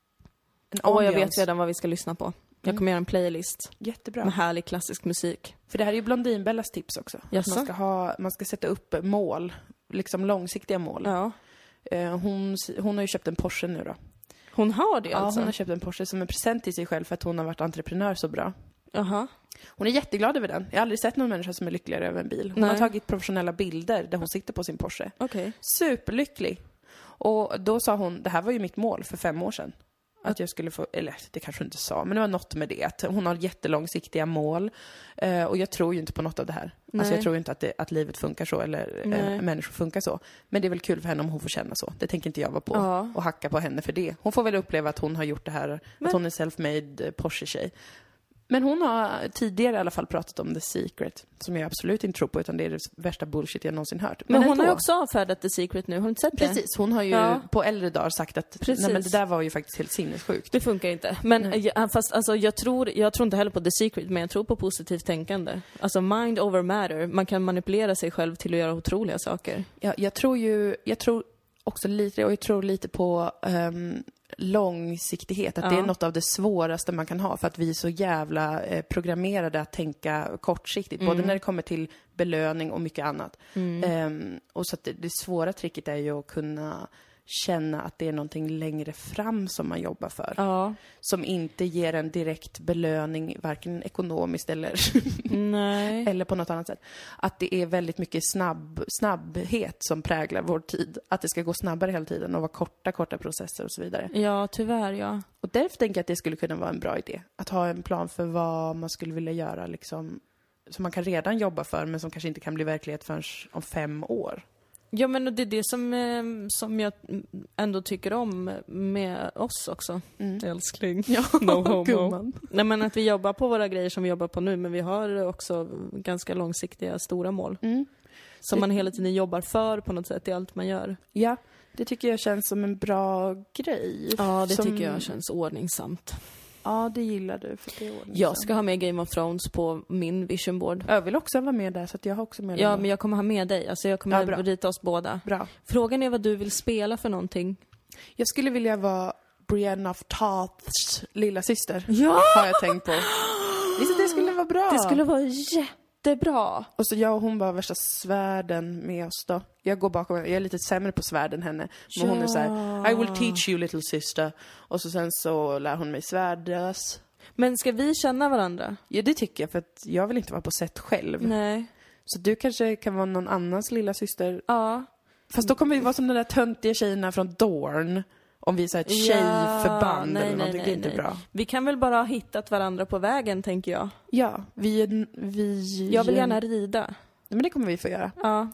en Och jag vet redan vad vi ska lyssna på. Jag kommer mm. göra en playlist. Jättebra. Med härlig klassisk musik. För det här är ju Blondinbellas tips också. Jaså? Man ska, ha, man ska sätta upp mål. Liksom långsiktiga mål. Ja. Hon, hon har ju köpt en Porsche nu då. Hon har det alltså? Ja, hon har köpt en Porsche som en present till sig själv för att hon har varit entreprenör så bra. Jaha. Hon är jätteglad över den. Jag har aldrig sett någon människa som är lyckligare över en bil. Hon Nej. har tagit professionella bilder där hon sitter på sin Porsche. Okay. Superlycklig. Och då sa hon, det här var ju mitt mål för fem år sedan. Att jag skulle få, eller det kanske hon inte sa, men det var något med det. Att hon har jättelångsiktiga mål. Eh, och jag tror ju inte på något av det här. Nej. Alltså jag tror inte att, det, att livet funkar så, eller eh, människor funkar så. Men det är väl kul för henne om hon får känna så. Det tänker inte jag vara på. Ja. Och hacka på henne för det. Hon får väl uppleva att hon har gjort det här, men... att hon är self-made Porsche-tjej. Men hon har tidigare i alla fall pratat om The Secret, som jag absolut inte tror på, utan det är det värsta bullshit jag någonsin hört. Men, men hon har ju också avfärdat The Secret nu, har du inte sett det? Precis, hon har ju ja. på äldre dagar sagt att nej, men det där var ju faktiskt helt sinnessjukt. Det funkar inte. Men jag, fast alltså, jag, tror, jag tror inte heller på The Secret, men jag tror på positivt tänkande. Alltså mind over matter, man kan manipulera sig själv till att göra otroliga saker. Ja, jag tror ju, jag tror också lite, och jag tror lite på um, långsiktighet, att ja. det är något av det svåraste man kan ha, för att vi är så jävla eh, programmerade att tänka kortsiktigt, mm. både när det kommer till belöning och mycket annat. Mm. Um, och så att det, det svåra tricket är ju att kunna känna att det är någonting längre fram som man jobbar för. Ja. Som inte ger en direkt belöning, varken ekonomiskt eller, Nej. eller på något annat sätt. Att det är väldigt mycket snabb, snabbhet som präglar vår tid. Att det ska gå snabbare hela tiden och vara korta, korta processer och så vidare. Ja, tyvärr, ja. Och därför tänker jag att det skulle kunna vara en bra idé. Att ha en plan för vad man skulle vilja göra liksom som man kan redan jobba för, men som kanske inte kan bli verklighet förrän om fem år. Ja, men det är det som, eh, som jag ändå tycker om med oss också. Mm. Älskling. Ja, No homo. gumman. Nej, men att vi jobbar på våra grejer som vi jobbar på nu, men vi har också ganska långsiktiga, stora mål. Mm. Som man hela tiden jobbar för på något sätt i allt man gör. Ja, det tycker jag känns som en bra grej. Ja, det som... tycker jag känns ordningsamt. Ja, det gillar du, för det är ordningsamt. Jag ska ha med Game of Thrones på min vision board. Jag vill också vara med där, så att jag har också med Ja, den. men jag kommer ha med dig. Alltså jag kommer Ja, bra. rita oss båda. Bra. Frågan är vad du vill spela för någonting. Jag skulle vilja vara Brienne of Tarths lilla syster. Ja! Har jag tänkt på. Visst, det skulle vara bra. Det skulle vara jättebra. Och så jag och hon var värsta svärden med oss då. Jag går bakom, jag är lite sämre på svärd än henne. Men Ja. hon är så här: I will teach you little sister. Och så sen så lär hon mig svärdas. Men ska vi känna varandra? Ja, det tycker jag, för att jag vill inte vara på set själv. Nej. Så du kanske kan vara någon annans lilla syster. Ja. Fast då kommer vi vara som den där töntiga tjejerna från Dorn. Om vi är så här ett Ja, tjejförband nej, eller nej, någonting. nej, Det är inte nej. bra. Vi kan väl bara ha hittat varandra på vägen, tänker jag. Ja, vi... vi Jag vill gärna rida. Nej, men det kommer vi få göra. Ja.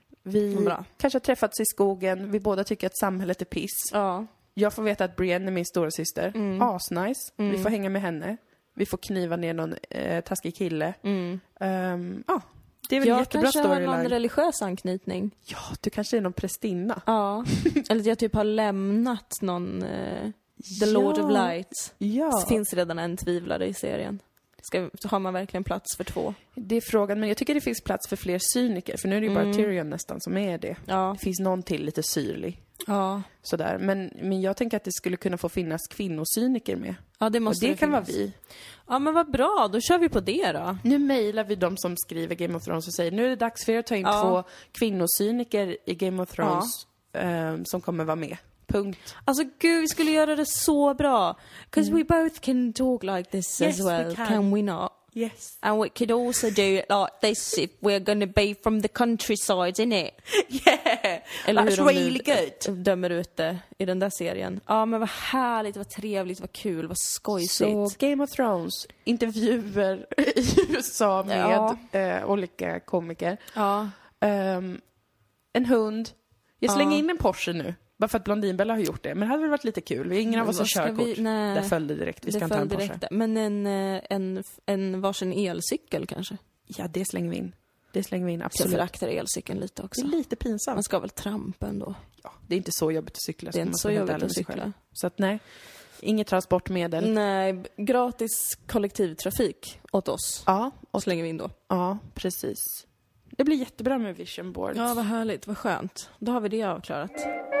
Vi Bra. kanske har träffats i skogen. Vi båda tycker att samhället är piss. Ja. Jag får veta att Brienne är min stora syster. Mm. Asnice. Mm. Vi får hänga med henne. Vi får kniva ner någon eh, taskig kille. Mm. Um, ah, det är väl en Jag jättebra kanske har någon storyline. religiös anknytning. Ja, du kanske är någon prästinna. Ja. Eller att jag typ har lämnat någon eh, The Lord Ja. of Lights. Ja, Det finns redan en tvivlare i serien. Ska, har man verkligen plats för två? det är frågan. Men jag tycker det finns plats för fler cyniker. För nu är det ju bara Mm. Tyrion nästan som är det. Ja. Det finns någon till lite syrlig. Ja. Sådär. Men, men jag tänker att det skulle kunna få finnas kvinnocyniker med. Ja, det Och måste det kan vara finnas. vi. Ja, men vad bra. Då kör vi på det då. Nu mejlar vi de som skriver Game of Thrones och säger nu är det dags för er att ta in Ja. två kvinnocyniker i Game of Thrones eh, som kommer vara med. Punkt. Alltså gud, vi skulle göra det så bra. Because we both can talk like this Yes, as we well, can. can we not? Yes. And we could also do it like this if we're going to be from the countryside, innit? Yeah! Eller That's hur de really nu good. dömer ut det i den där serien. Ja, men vad härligt, vad trevligt, vad kul, vad skojsigt. Så Game of Thrones, intervjuer i U S A med Ja. eh, olika komiker. Ja. Ehm, en hund. Jag slänger Ja. in en Porsche nu. Bara för att Blondinbella har gjort det. Men det hade väl varit lite kul. Ingen av oss har Vad ska körkort. vi- nej. Där följde direkt. Vi ska Det inte ha en föll Porsche. direkt där. Men en, eh, en, en varsin elcykel kanske? Ja, det slänger vi in. Det slänger vi in, Så jag absolut. föraktar elcykeln lite Det också. är lite pinsamt. Man ska väl trampa ändå. Ja, det är inte så jobbigt att cykla. Det är ska inte man så vara helt jobbigt ärlig att med sig cykla. själv. Så att nej, inget transportmedel. Nej, gratis kollektivtrafik åt oss. Ja, Och slänger vi in då. ja, precis. Det blir jättebra med vision boards. Ja, vad härligt, vad skönt. Då har vi det avklarat.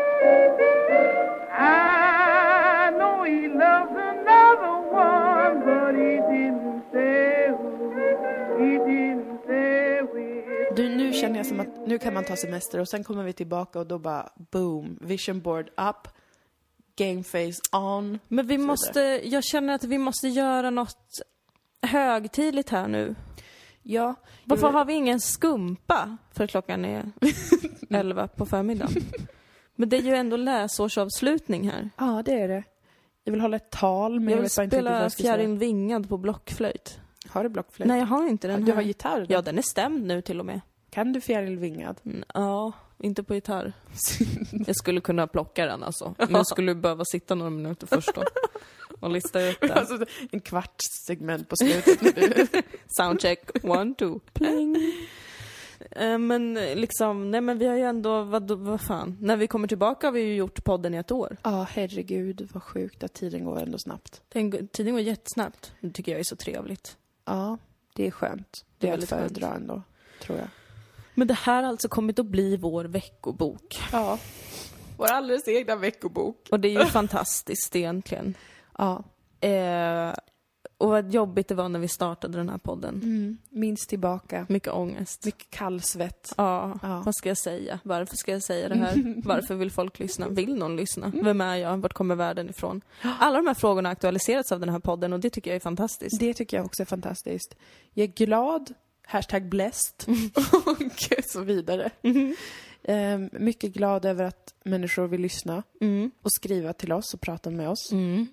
I know he loves another one, but he didn't say who. He didn't say which. Du, nu känner jag som att nu kan man ta semester och sen kommer vi tillbaka och då bara boom, vision board up, game face on. Men vi Så måste, jag känner att vi måste göra något högtidligt här nu. Ja, Varför jag- har vi ingen skumpa? För klockan är elva på förmiddagen. Men det är ju ändå läsårsavslutning här. Ja, det är det. Jag vill hålla ett tal, men Jag jag, vill vet bara inte riktigt vad spela jag ska säga. Fjäril Vingad på blockflöjt. Har du blockflöjt? Nej, jag har inte den Du här. har gitarr? Ja, den är stämd nu till och med. Kan du Fjäril Vingad? Mm, ja, inte på gitarr. Jag skulle kunna plocka den alltså. Men jag skulle behöva sitta några minuter först då. Och lista ut det. Alltså, en kvarts segment på slutet. när du... Soundcheck, one, two, pling. Eh, Men liksom, nej men vi har ju ändå, vad, vad fan. När vi kommer tillbaka har vi ju gjort podden i ett år. Ja, herregud vad sjukt att tiden går ändå snabbt. Den, tiden går jättesnabbt. Det tycker jag är så trevligt. Ja, det är skönt. Det Det är är att väldigt föredra ändå, tror jag. Men det här har alltså kommit att bli vår veckobok. Ja. Vår alldeles egna veckobok. Och det är ju fantastiskt egentligen. Ja. Eh, och vad jobbigt det var när vi startade den här podden. Mm. Minns tillbaka. Mycket ångest. Mycket kallsvett. Ja, Ja. vad ska jag säga? Varför ska jag säga det här? Varför vill folk lyssna? Vill någon lyssna? Vem är jag? Vart kommer världen ifrån? Alla de här frågorna har aktualiserats av den här podden och det tycker jag är fantastiskt. Det tycker jag också är fantastiskt. Jag är glad, hashtag blessed och så vidare. Ehm, mycket glad över att människor vill lyssna Mm. och skriva till oss och prata med oss. Mm.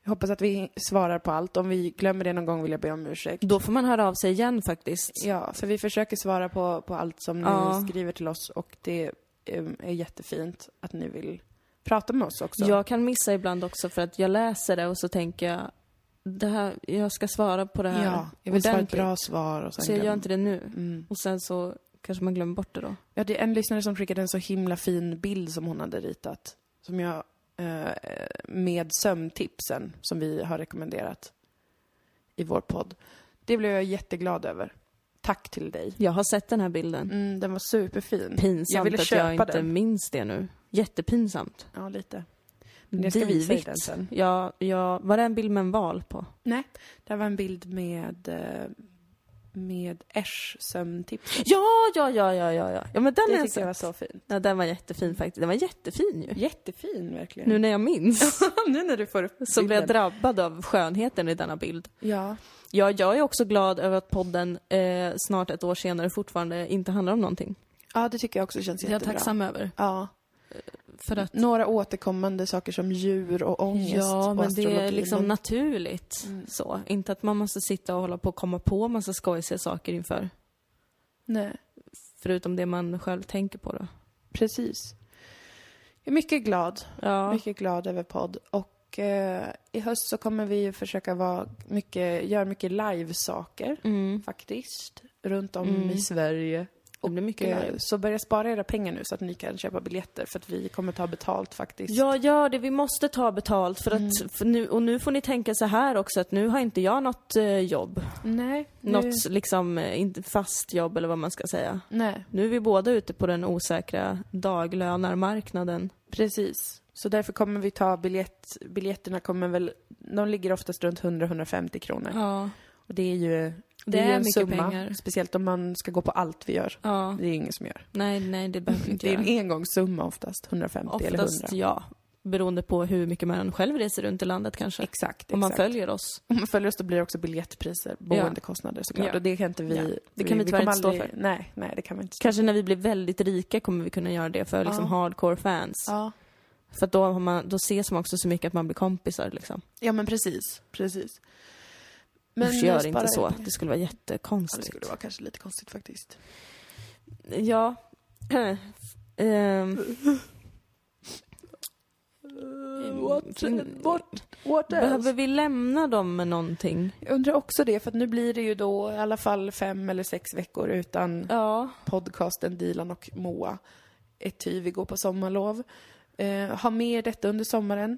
Jag hoppas att vi svarar på allt. Om vi glömmer det någon gång vill jag be om ursäkt. Då får man höra av sig igen faktiskt. Ja, för vi försöker svara på, på allt som ni Ja. skriver till oss. Och det är, är jättefint att ni vill prata med oss också. Jag kan missa ibland också för att jag läser det och så tänker jag, det här, jag ska svara på det här Ja, jag vill svara ett ordentligt. bra svar. Och sen Så jag glöm- gör inte det nu. Mm. Och sen så kanske man glömmer bort det då. Ja, det är en lyssnare som skickade en så himla fin bild som hon hade ritat. Som jag, eh, med sömntipsen som vi har rekommenderat i vår podd. Det blev jag jätteglad över. Tack till dig. Jag har sett den här bilden. Mm, den var superfin. Pinsamt jag ville att köpa jag inte den. minns det nu. Jättepinsamt. Ja, lite. Men jag ska visa dig den Divigt. sen. Ja, ja, var det en bild med en val på? Nej, det var en bild med, eh, med Äsch sömntips. Ja, ja, ja, ja, ja, ja. Ja, men den Det är tyckte jag var sett. så fin. Ja, den var jättefin faktiskt. Den var jättefin ju. Jättefin, verkligen. Nu när jag minns nu när du får upp så blev jag bilden. drabbad av skönheten i denna bild. Ja. Ja, jag är också glad över att podden eh, snart ett år senare fortfarande inte handlar om någonting. ja, det tycker jag också känns Det är jag jättebra. tacksam över. Ja. För att, Några återkommande saker som djur och ångest ja, och men det är astrologi, liksom men- naturligt. Mm. Så. Inte att man måste sitta och hålla på och komma på massa skojsiga saker inför. Nej, Förutom det man själv tänker på då. precis. Jag är mycket glad. Ja. Mycket glad över podd. Och eh, i höst så kommer vi ju försöka vara mycket, göra mycket live-saker Mm. faktiskt. Runt om Mm. i Sverige. Det blir mycket Eh, live. Så börja spara era pengar nu så att ni kan köpa biljetter. För att vi kommer ta betalt faktiskt. Ja, gör det. Vi måste ta betalt. För att, för nu, och nu får ni tänka så här också, att nu har inte jag något eh, jobb. Nej. Nu, Något liksom, eh, inte fast jobb eller vad man ska säga. Nej, Nu är vi båda ute på den osäkra daglönarmarknaden. precis. Så därför kommer vi ta biljett. Biljetterna kommer väl, de ligger oftast runt hundra till hundrafemtio kronor. Ja. Och det är ju, det Det är ju är en mycket summa. pengar. Speciellt om man ska gå på allt vi gör. Ja. Det är ingen som gör. Nej, nej, det behöver vi inte Det är en göra. engångssumma oftast, hundrafemtio eller Oftast, hundra. ja. Beroende på hur mycket man själv reser runt i landet kanske. Exakt, Om man exakt. följer oss. Om man följer oss då blir det också biljettpriser, boendekostnader såklart. Ja. Och det kan inte vi... Ja. Det kan vi tyvärr kommer inte stå aldrig- för. Nej, nej, det kan vi inte stå Kanske när vi blir väldigt rika kommer vi kunna göra det för liksom Ja. hardcore fans. Ja. För att då, har man, då ses man också så mycket att man blir kompisar liksom. ja, men precis. Precis. Men Usch, gör spara inte så. era pengar. Det skulle vara Ja, jättekonstigt. det skulle vara kanske lite konstigt faktiskt. Ja. Ehm. What, Fin- what, what Behöver else? vi lämna dem med någonting? Jag undrar också det, för att nu blir det ju då i alla fall fem eller sex veckor utan Ja. podcasten Dilan och Moa. Ett ty, vi går på sommarlov. Eh, ha med detta under sommaren.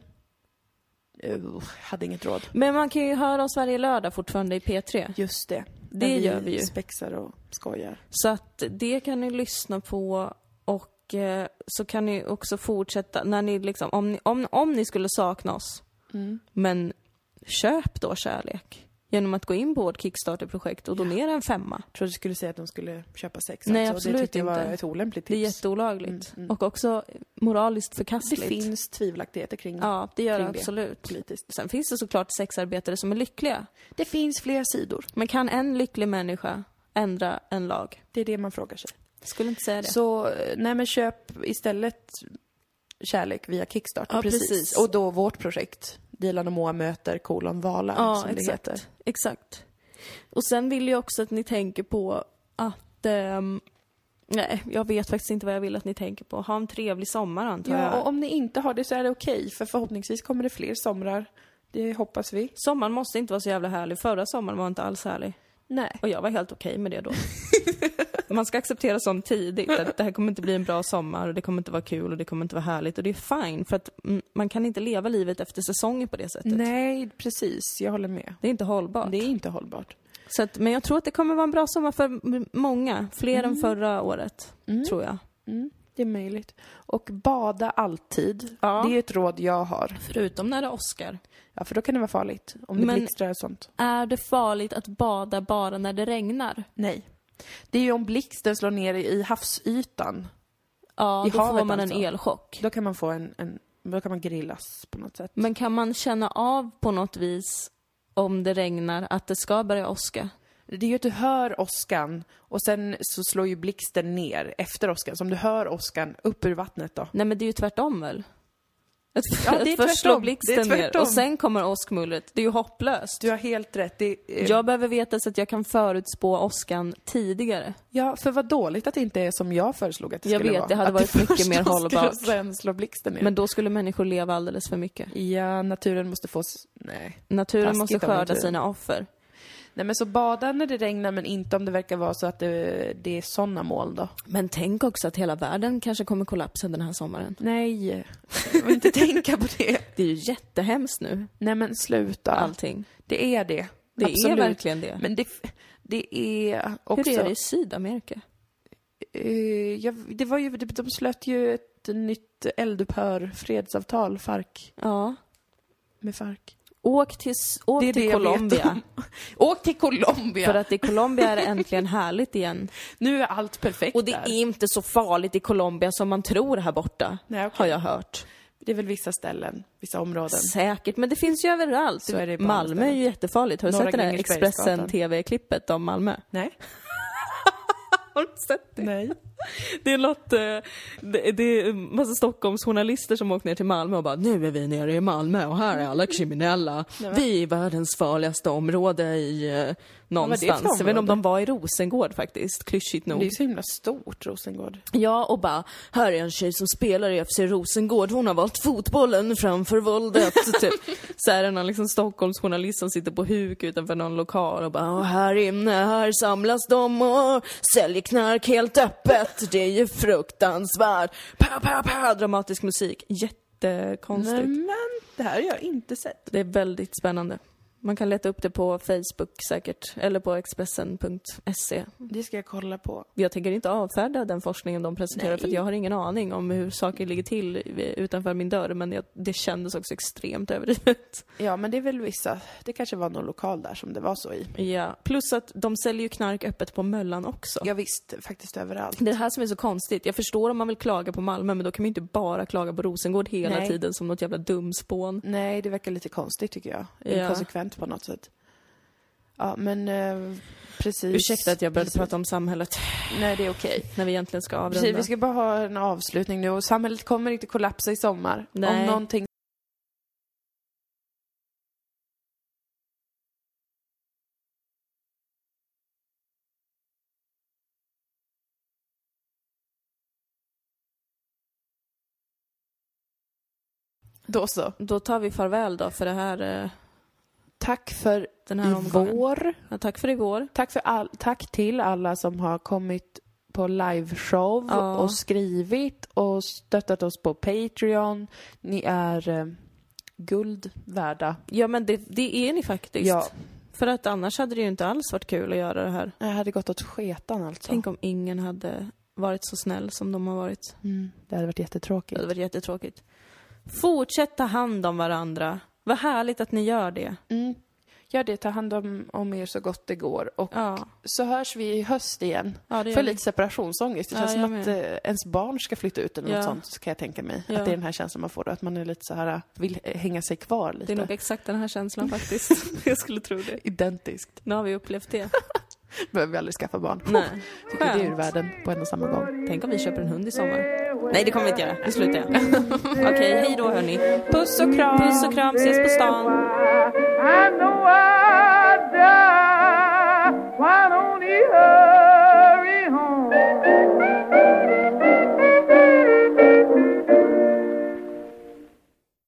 Uh, hade inget råd. Men man kan ju höra oss varje lördag fortfarande i P tre. Just det. Det När gör vi ju. spexar och skojar. Så att det kan ni lyssna på och eh, så kan ni också fortsätta när ni liksom, om ni, om, om ni skulle sakna oss. Mm. Men köp då kärlek. Genom att gå in på vårt Kickstarter-projekt och donera en femma. Jag trodde du skulle säga att de skulle köpa sex. Nej, alltså. absolut Det tyckte jag var inte. ett olämpligt Det är tips. jätteolagligt. Mm, mm. Och också moraliskt Det förkastligt. finns tvivelaktigheter kring Ja, det gör det kring det. absolut. politiskt. Sen finns det såklart sexarbetare som är lyckliga. Det finns flera sidor. Men kan en lycklig människa ändra en lag? Det är det man frågar sig. Skulle inte säga det. Så, nej men köp istället kärlek via Kickstarter. Ja, precis. Och då vårt projekt. Dilan och Moa möter kolon valar, Ja, som det exakt. heter. Exakt. Och sen vill jag också att ni tänker på att... ehm, nej, jag vet faktiskt inte vad jag vill att ni tänker på. Ha en trevlig sommar antar Ja, jag. och om ni inte har det så är det okej. För förhoppningsvis kommer det fler somrar. Det hoppas vi. Sommaren måste inte vara så jävla härlig. Förra sommaren var inte alls härlig. Nej. Och jag var helt okej med det då. Man ska acceptera sånt tidigt. Att det här kommer inte bli en bra sommar och det kommer inte vara kul och det kommer inte vara härligt. Och det är fine för att mm, man kan inte leva livet efter säsonger på det sättet. Nej, precis. Jag håller med. Det är inte hållbart. Det är inte hållbart. Så att, men jag tror att det kommer vara en bra sommar för m- många. Fler än förra året, Mm. tror jag. Mm, det är möjligt. Och bada alltid. Ja. Det är ett råd jag har. Förutom när det åskar. Ja, för då kan det vara farligt. Om det Men- blixtrar och sånt. Är det farligt att bada bara när det regnar? Nej. Det är ju om blixten slår ner i havsytan. Ja, I då får havet man alltså. en elchock. Då kan man få en, en då kan man grillas på något sätt. Men kan man känna av på något vis om det regnar att det ska börja åska? Det är ju att du hör åskan och sen så slår ju blixten ner efter åskan. Så om du hör åskan upp ur vattnet då. Nej, men det är ju tvärtom väl? Ett, Ja, det är ett först slår tvärtom. blixten Det är ner tvärtom. och sen kommer åskmullret. Det är ju hopplöst. Du har helt rätt. Det är, Jag behöver veta så att jag kan förutspå åskan tidigare. Ja, för vad dåligt att det inte är som jag föreslog att det Jag skulle vet, vara. det hade att varit det mycket först mer åskar hållbart. och sen slår blixten ner. Men då skulle människor leva alldeles för mycket. Ja, naturen måste få... s- Nej. Naturen Taskigt måste av skörda naturen. sina offer. Nej, men så bada när det regnar, men inte om det verkar vara så att det, det är såna mål då. Men tänk också att hela världen kanske kommer kollapsa den här sommaren. Nej, jag vill inte tänka på det. Det är ju jättehemskt nu, Nej, men sluta. allting. Det är det. Det Absolut. är verkligen det. Men det, det är också... Hur är det i Sydamerika? Eh, jag, det var ju, de slöt ju ett nytt eldupphör, fredsavtal, FARC, Ja. med FARC. Åk till, åk Det är det till jag vet Colombia. om. Åk till Colombia! För att i Colombia är det äntligen härligt igen. Nu är allt perfekt Och det där. är inte så farligt i Colombia som man tror här borta. Nej, okej. Har jag hört. Det är väl vissa ställen, vissa områden. Säkert, men det finns ju överallt. Så är det på alla Malmö är ställen. ju jättefarligt. Har du Norra sett det där Grängesbergsgatan. Expressen-tv-klippet om Malmö? Nej. Har du sett det? Nej. Det är något, eh, det, det är massa Stockholmsjournalister som åker ner till Malmö och bara nu är vi nere i Malmö och här är alla kriminella. Vi är världens farligaste område i eh, någonstans. för Jag vet inte om område? de var i Rosengård faktiskt, klyschigt nog. Det är så himla stort, Rosengård. Ja, och bara, här är en tjej som spelar i F C Rosengård, hon har valt fotbollen framför våldet. typ. Så är det någon liksom Stockholmsjournalist som sitter på huk utanför någon lokal och bara, och här inne, här samlas de och säljer knark helt öppet. Det är ju fruktansvärt. Pa, pa, pa, dramatisk musik. Jättekonstigt. Nej, men det här har jag inte sett. Det är väldigt spännande. Man kan leta upp det på Facebook säkert, eller på Expressen punkt se. Det ska jag kolla på. Jag tänker inte avfärda den forskningen de presenterar Nej. för att jag har ingen aning om hur saker ligger till utanför min dörr, men jag, det kändes också extremt överdrivet. Ja, men det är väl vissa. Det kanske var någon lokal där som det var så i. Ja, plus att de säljer ju knark öppet på Möllan också. Ja, visst, faktiskt överallt. Det är det här som är så konstigt. Jag förstår om man vill klaga på Malmö, men då kan man ju inte bara klaga på Rosengård hela Nej. tiden som något jävla dumspån. Nej, det verkar lite konstigt tycker jag. Ja. Inkonsekvent på något sätt. Ja, men eh, precis. Ursäkta att jag började precis. prata om samhället Nej, det är okej. när vi egentligen ska avrunda. Precis, vi ska bara ha en avslutning nu och samhället kommer inte kollapsa i sommar. Nej. Om någonting. Då så. Då tar vi farväl då för det här, eh, Tack för den här i omgången. vår. Ja, tack för i vår. Tack, för all, tack till alla som har kommit på liveshow Ja. och skrivit och stöttat oss på Patreon. Ni är eh, guld värda. Ja, men det, det är ni faktiskt. Ja. För att annars hade det ju inte alls varit kul att göra det här. Jag hade gått åt sketan alltså. Tänk om ingen hade varit så snäll som de har varit. Mm, det hade varit Det jättetråkigt. hade varit jättetråkigt. Fortsätt ta hand om varandra. Vad härligt att ni gör det. Mm. Gör det, ta hand om, om er så gott det går. Och Ja, så hörs vi i höst igen. ja det För gör vi. lite separationsångest. Det Ja, känns jag som att med. eh, ens barn ska flytta ut eller Ja. något sånt, så kan jag tänka mig. Ja. Att det är den här känslan man får då. Att man är lite så här, vill hänga sig kvar lite. Det är nog exakt den här känslan faktiskt. Jag skulle tro det. Identiskt. Nu har vi upplevt det. Behöver vi aldrig skaffa barn. Nej. Tycker det är ur Skönt. världen på en och samma gång. Tänk om vi köper en hund i sommar. Nej, det kommer vi inte göra. Nu slutar jag. Okej, hej då hörni. Puss och kram! Puss och kram, ses på stan. I know